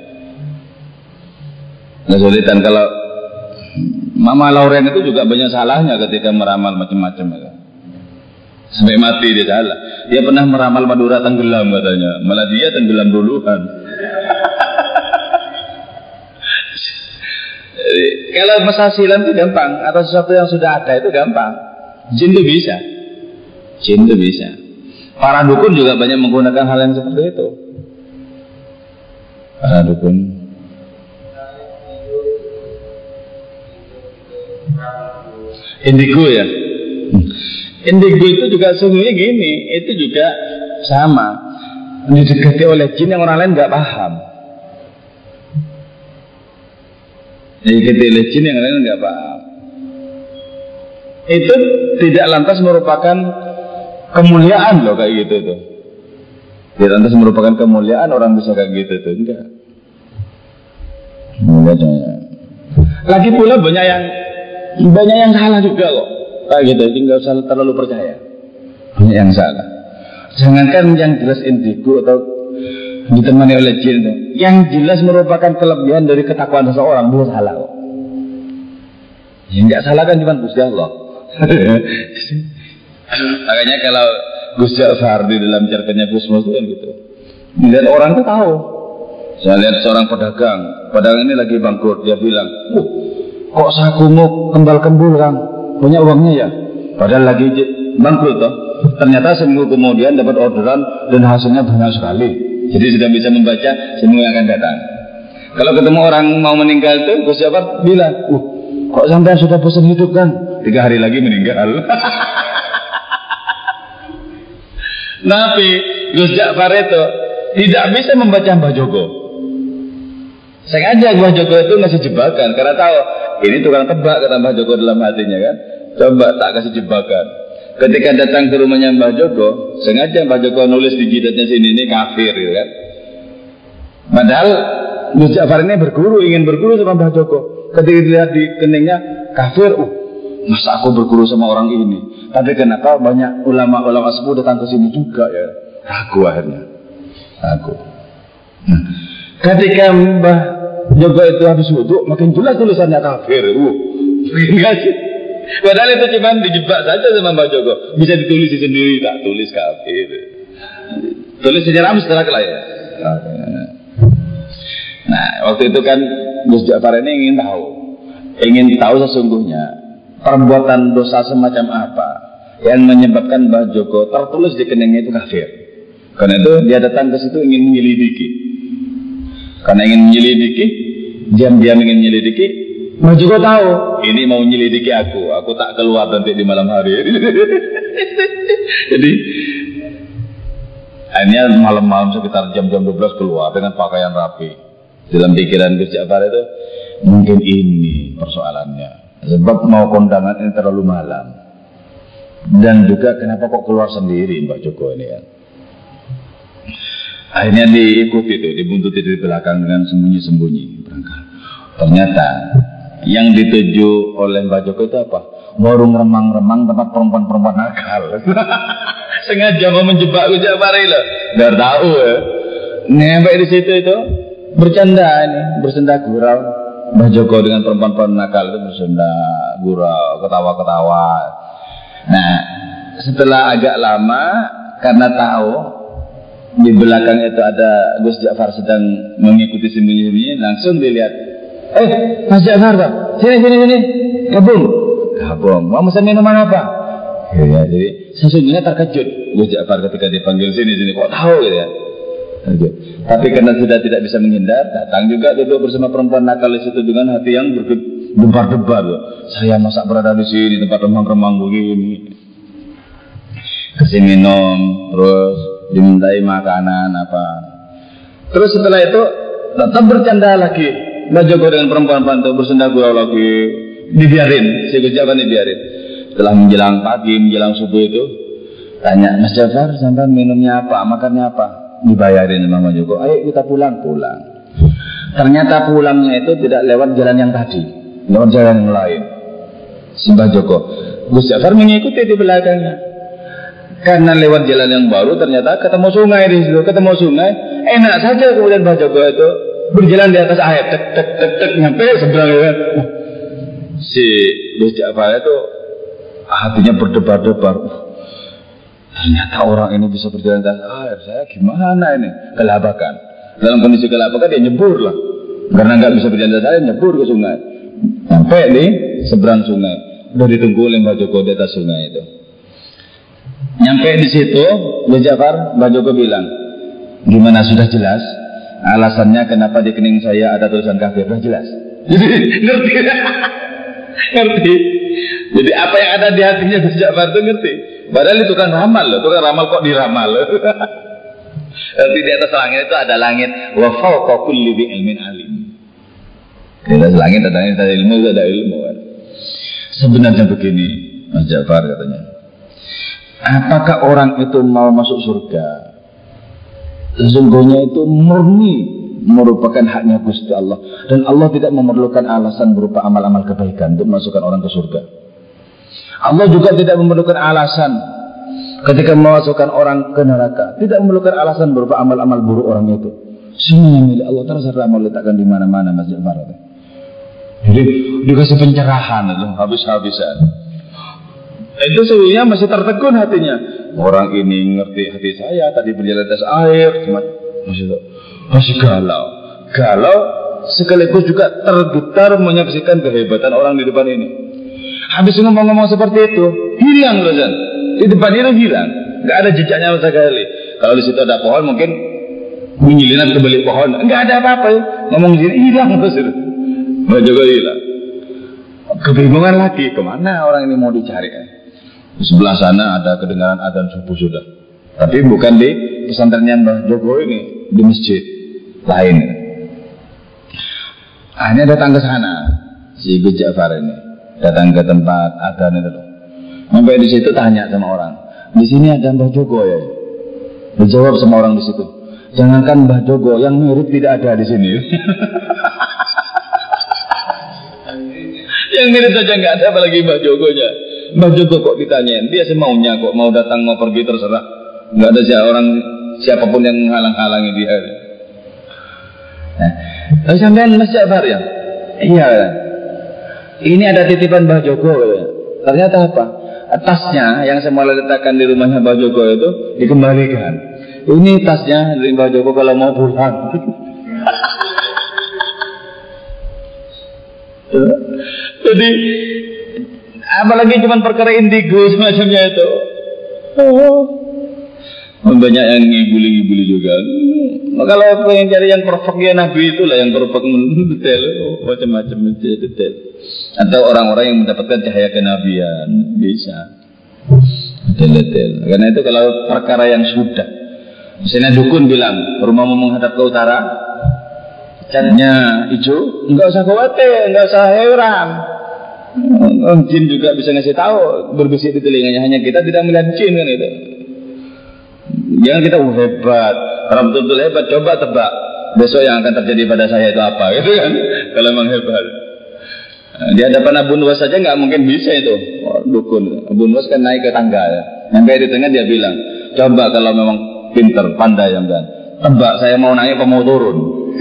Kesulitan. Kalau Mama Lauren itu juga banyak salahnya ketika meramal macam-macam ya. Sampai mati dia salah. Dia pernah meramal Madura tenggelam katanya, malah dia tenggelam duluan. Jadi, kalau masa silam itu gampang, atau sesuatu yang sudah ada itu gampang. Jin itu bisa. Jin itu bisa. Para dukun juga banyak menggunakan hal yang seperti itu. Para dukun. Indigo ya. Indigo itu juga sungguhnya gini, itu juga sama, didekati oleh jin yang orang lain nggak paham. Didekati oleh jin yang lain nggak paham. Itu tidak lantas merupakan kemuliaan loh kayak gitu tuh. Tidak lantas merupakan kemuliaan orang bisa kayak gitu tuh, enggak. Mulianya. Lagi pula banyak yang banyak yang salah juga kok. Kayak gitu, tinggal usah terlalu percaya. Banyak yang salah. Jangankan yang jelas indigo atau ditemani oleh jin itu, yang jelas merupakan kelebihan dari ketakwaan seseorang, bukan salah kok. Yang nggak salah kan cuma Gusti Allah. Makanya kalau Gus Ja'far di dalam cerpennya Gus Mus kan gitu, melihat orang tuh tahu. Saya lihat seorang pedagang, pedagang ini lagi bangkrut, dia bilang, uh, kok sakumu kembal-kembul Kang, punya uangnya ya? Padahal lagi bangkrut toh. Ternyata seminggu kemudian dapat orderan dan hasilnya banyak sekali. Jadi sudah bisa membaca seminggu yang akan datang. Kalau ketemu orang mau meninggal tuh, Gus Ja'far bilang, uh, kok sampai sudah bosan hidup Kang? Tiga hari lagi meninggal. Tapi Gus Ja'far itu tidak bisa membaca Mbah Joko. Sengaja Mbah Joko itu ngasih jebakan, karena tahu ini tukang tebak, kata Mbah Joko dalam hatinya kan. Coba tak kasih jebakan. Ketika datang ke rumahnya Mbah Joko, sengaja Mbah Joko nulis di jidatnya sini, ini kafir gitu kan. Padahal Gus Ja'far ini berguru, ingin berguru sama Mbah Joko. Ketika dilihat di keningnya kafir, uh, masa aku berguru sama orang ini? Tapi kenapa banyak ulama-ulama sepuh datang ke sini juga ya? Ragu akhirnya. Ragu. Nah, ketika Mbah Joko itu habis wudhu, makin jelas tulisannya kafir. Uh, enggak sih. Padahal itu cuma dijebak saja sama Mbah Joko. Bisa ditulis sendiri, tak tulis kafir. Tulis sejarah setelah kelahiran. Nah, waktu itu kan Gus Ja'far ini ingin tahu, ingin tahu sesungguhnya perbuatan dosa semacam apa yang menyebabkan Mbah Joko tertulis di keningnya itu kafir. Karena itu dia datang ke situ ingin menyelidiki. Karena ingin menyelidiki, diam-diam ingin menyelidiki, Mbah Joko tahu ini mau menyelidiki aku, aku tak keluar nanti di malam hari. Jadi akhirnya malam-malam sekitar jam-jam dua belas keluar dengan pakaian rapi. Dalam pikiran Gus Ja'far itu mungkin ini persoalannya, sebab mau kondangan ini terlalu malam. Dan juga kenapa kok keluar sendiri Mbak Joko ini kan. Akhirnya diikuti itu, dibuntuti di belakang dengan sembunyi-sembunyi berangkat. Ternyata yang dituju oleh Mbak Joko itu apa? Warung remang-remang tempat perempuan-perempuan nakal. Sengaja mau menjebak Gus Ja'far itu, biar tahu ya. Nyampe di situ itu bercanda ini, bersenda gurau. Mbah Joko dengan perempuan-perempuan nakal itu bersenda gurau, ketawa-ketawa. Nah, setelah agak lama, karena tahu di belakang itu ada Gus Ja'far sedang mengikuti sembunyi-sembunyi, langsung dilihat. Eh, Mas Ja'far, Pak, sini, sini, sini, gabung, gabung. Mau pesan minuman apa? Ya, jadi sesungguhnya terkejut Gus Ja'far ketika dipanggil sini, sini. Kok tahu gitu ya? Okay. Tapi karena sudah tidak bisa menghindar, datang juga duduk bersama perempuan nakal di situ dengan hati yang berdebar-debar. Saya masa berada di sini tempat remang-remang begini. Kasih minum, terus dimintai makanan apa. Terus setelah itu tetap bercanda lagi. Mbah Joko dengan perempuan-perempuan itu bersenda gurau lagi, dibiarin, si Gus Ja'far dibiarin. Setelah menjelang pagi, menjelang subuh itu, tanya Mas Ja'far, sampai minumnya apa, makannya apa? Dibayarin sama Mbah Joko. Ayo kita pulang, pulang. Ternyata pulangnya itu tidak lewat jalan yang tadi, lewat jalan yang lain. Si Mbah Joko, Gus Ja'far mengikuti di belakangnya. Karena lewat jalan yang baru, ternyata ketemu sungai di situ, ketemu sungai. Enak saja kemudian Mbah Joko itu berjalan di atas air, tek tek tek tek nyampe seberang ya. Si Gus Ja'far itu hatinya berdebar-debar. Ternyata orang ini bisa berjalan di atas air. Saya gimana ini? Kelabakan. Dalam kondisi kelabakan dia nyebur lah. Karena nggak bisa berjalan di atas air, nyebur ke sungai. Sampai di seberang sungai. Udah ditunggu oleh Mbah Joko di atas sungai itu. Nyampe di situ, Gus Ja'far, Mbah Joko bilang, gimana sudah jelas? Alasannya kenapa di kening saya ada tulisan kafir, sudah jelas. Jadi ngerti, ngerti. Jadi apa yang ada di hatinya Gus Ja'far itu ngerti. Padahal itu kan ramal loh, itu kan ramal kok diramal loh. Nanti di atas langit itu ada langit, wa fawqa kulli dhi ilmin alim. Di atas langit ada langit, ada ilmu, ada ilmu kan. Sebenarnya begini, Mas Ja'far katanya. Apakah orang itu mau masuk surga? Sesungguhnya itu murni merupakan haknya Gusti Allah, dan Allah tidak memerlukan alasan berupa amal-amal kebaikan untuk memasukkan orang ke surga. Allah juga tidak memerlukan alasan ketika memasukkan orang ke neraka, tidak memerlukan alasan berupa amal-amal buruk orang itu. Semuanya milik Allah, terserah mau letakkan di mana-mana Mas Ja'far. Jadi dikasih pencerahan itu habis-habisan. Itu sebenarnya masih tertegun hatinya. Orang ini ngerti hati saya, tadi berjalan atas air, cuma masih masih galau, galau sekaligus juga tergetar menyaksikan kehebatan orang di depan ini. Habis ngomong-ngomong seperti itu, hilang Rozan. Di depan itu hilang, nggak ada jejaknya sama sekali. Kalau di situ ada pohon, mungkin menyelinap ke balik pohon, nggak ada apa-apa. Ya. Ngomong sini hilang terus. Mbah Joko hilang. Kebingungan lagi, kemana orang ini mau dicari? Eh? Di sebelah sana ada kedengaran adzan subuh sudah, tapi bukan di pesantrennya Mbah Joko ini, di masjid lain. Akhirnya datang ke sana si Gus Ja'far ini, datang ke tempat adzan itu. Sampai di situ tanya sama orang, di sini ada Mbah Joko ya? Dijawab sama orang di situ, jangankan Mbah Joko, yang mirip tidak ada di sini. Yang mirip saja nggak ada, apalagi Mbah Jogonya. Mbah Jogo kok ditanyain, dia semaunya kok, mau datang mau pergi terserah. Nggak ada siapa orang siapapun yang menghalang-halangi dia. Nah, sampean Mas Ja'far ya? Iya. Ini ada titipan Mbah Jogo. Ternyata apa? Tasnya yang semula letakkan di rumahnya Mbah Jogo itu dikembalikan. Ini tasnya dari Mbah Jogo kalau mau pulang. Jadi apalagi cuma perkara indigo semacamnya itu. Oh. Banyak yang ngibuli-ngibuli juga. Nah, kalau pengen cari yang perfect ya Nabi itulah yang perfect detail, oh, macam-macam detail. Atau orang-orang yang mendapatkan cahaya kenabian bisa detail-detail. Karena itu kalau perkara yang sudah, misalnya dukun bilang rumahmu menghadap ke utara, catnya hijau, enggak usah khawatir, enggak usah heran. Jin juga bisa ngasih tahu, berbisik di telinganya, hanya kita tidak melihat jin kan itu. Jangan kita oh, hebat, kalau betul-betul hebat, coba tebak besok yang akan terjadi pada saya itu apa, gitu kan? Kalau memang hebat. Nah, di hadapan Abu Nuwas saja nggak mungkin bisa itu, oh, dukun. Abu Nuwas kan naik ke tangga ya, sampai di tengah dia bilang, coba kalau memang pinter, pandai yang kan, tebak saya mau naik apa mau turun.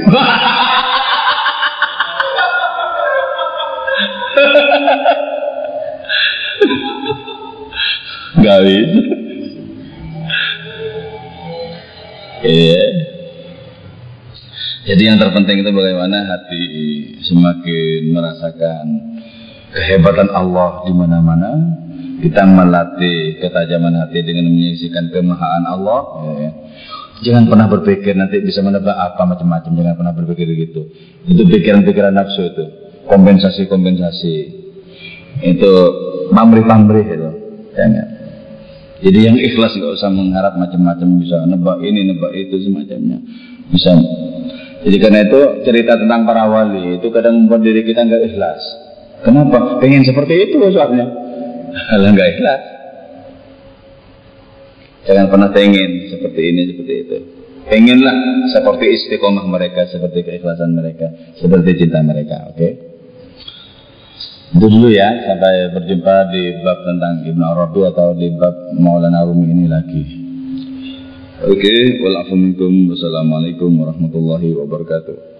Gak bisa. Iya. Jadi yang terpenting itu bagaimana hati semakin merasakan kehebatan Allah di mana-mana. Kita melatih ketajaman hati dengan menyaksikan kemahaan Allah. Ya. Jangan pernah berpikir nanti bisa menebak apa macam-macam. Jangan pernah berpikir begitu. Itu pikiran-pikiran nafsu itu. Kompensasi-kompensasi. Itu pamrih-pamrih itu. Jangan. Jadi yang ikhlas nggak usah mengharap macam-macam, bisa nebak ini, nebak itu semacamnya. Bisa. Jadi karena itu cerita tentang para wali itu kadang membuat diri kita nggak ikhlas. Kenapa? Pengen seperti itu soalnya. Kalau nggak ikhlas. Jangan pernah pengen seperti ini, seperti itu. Pengenlah seperti istiqomah mereka, seperti keikhlasan mereka, seperti cinta mereka. Oke? Okay? Itu dulu ya, sampai berjumpa di bab tentang Ibnu Arabi atau di bab Maulana Rumi ini lagi. Oke, okay, walafuminkum, wassalamualaikum warahmatullahi wabarakatuh.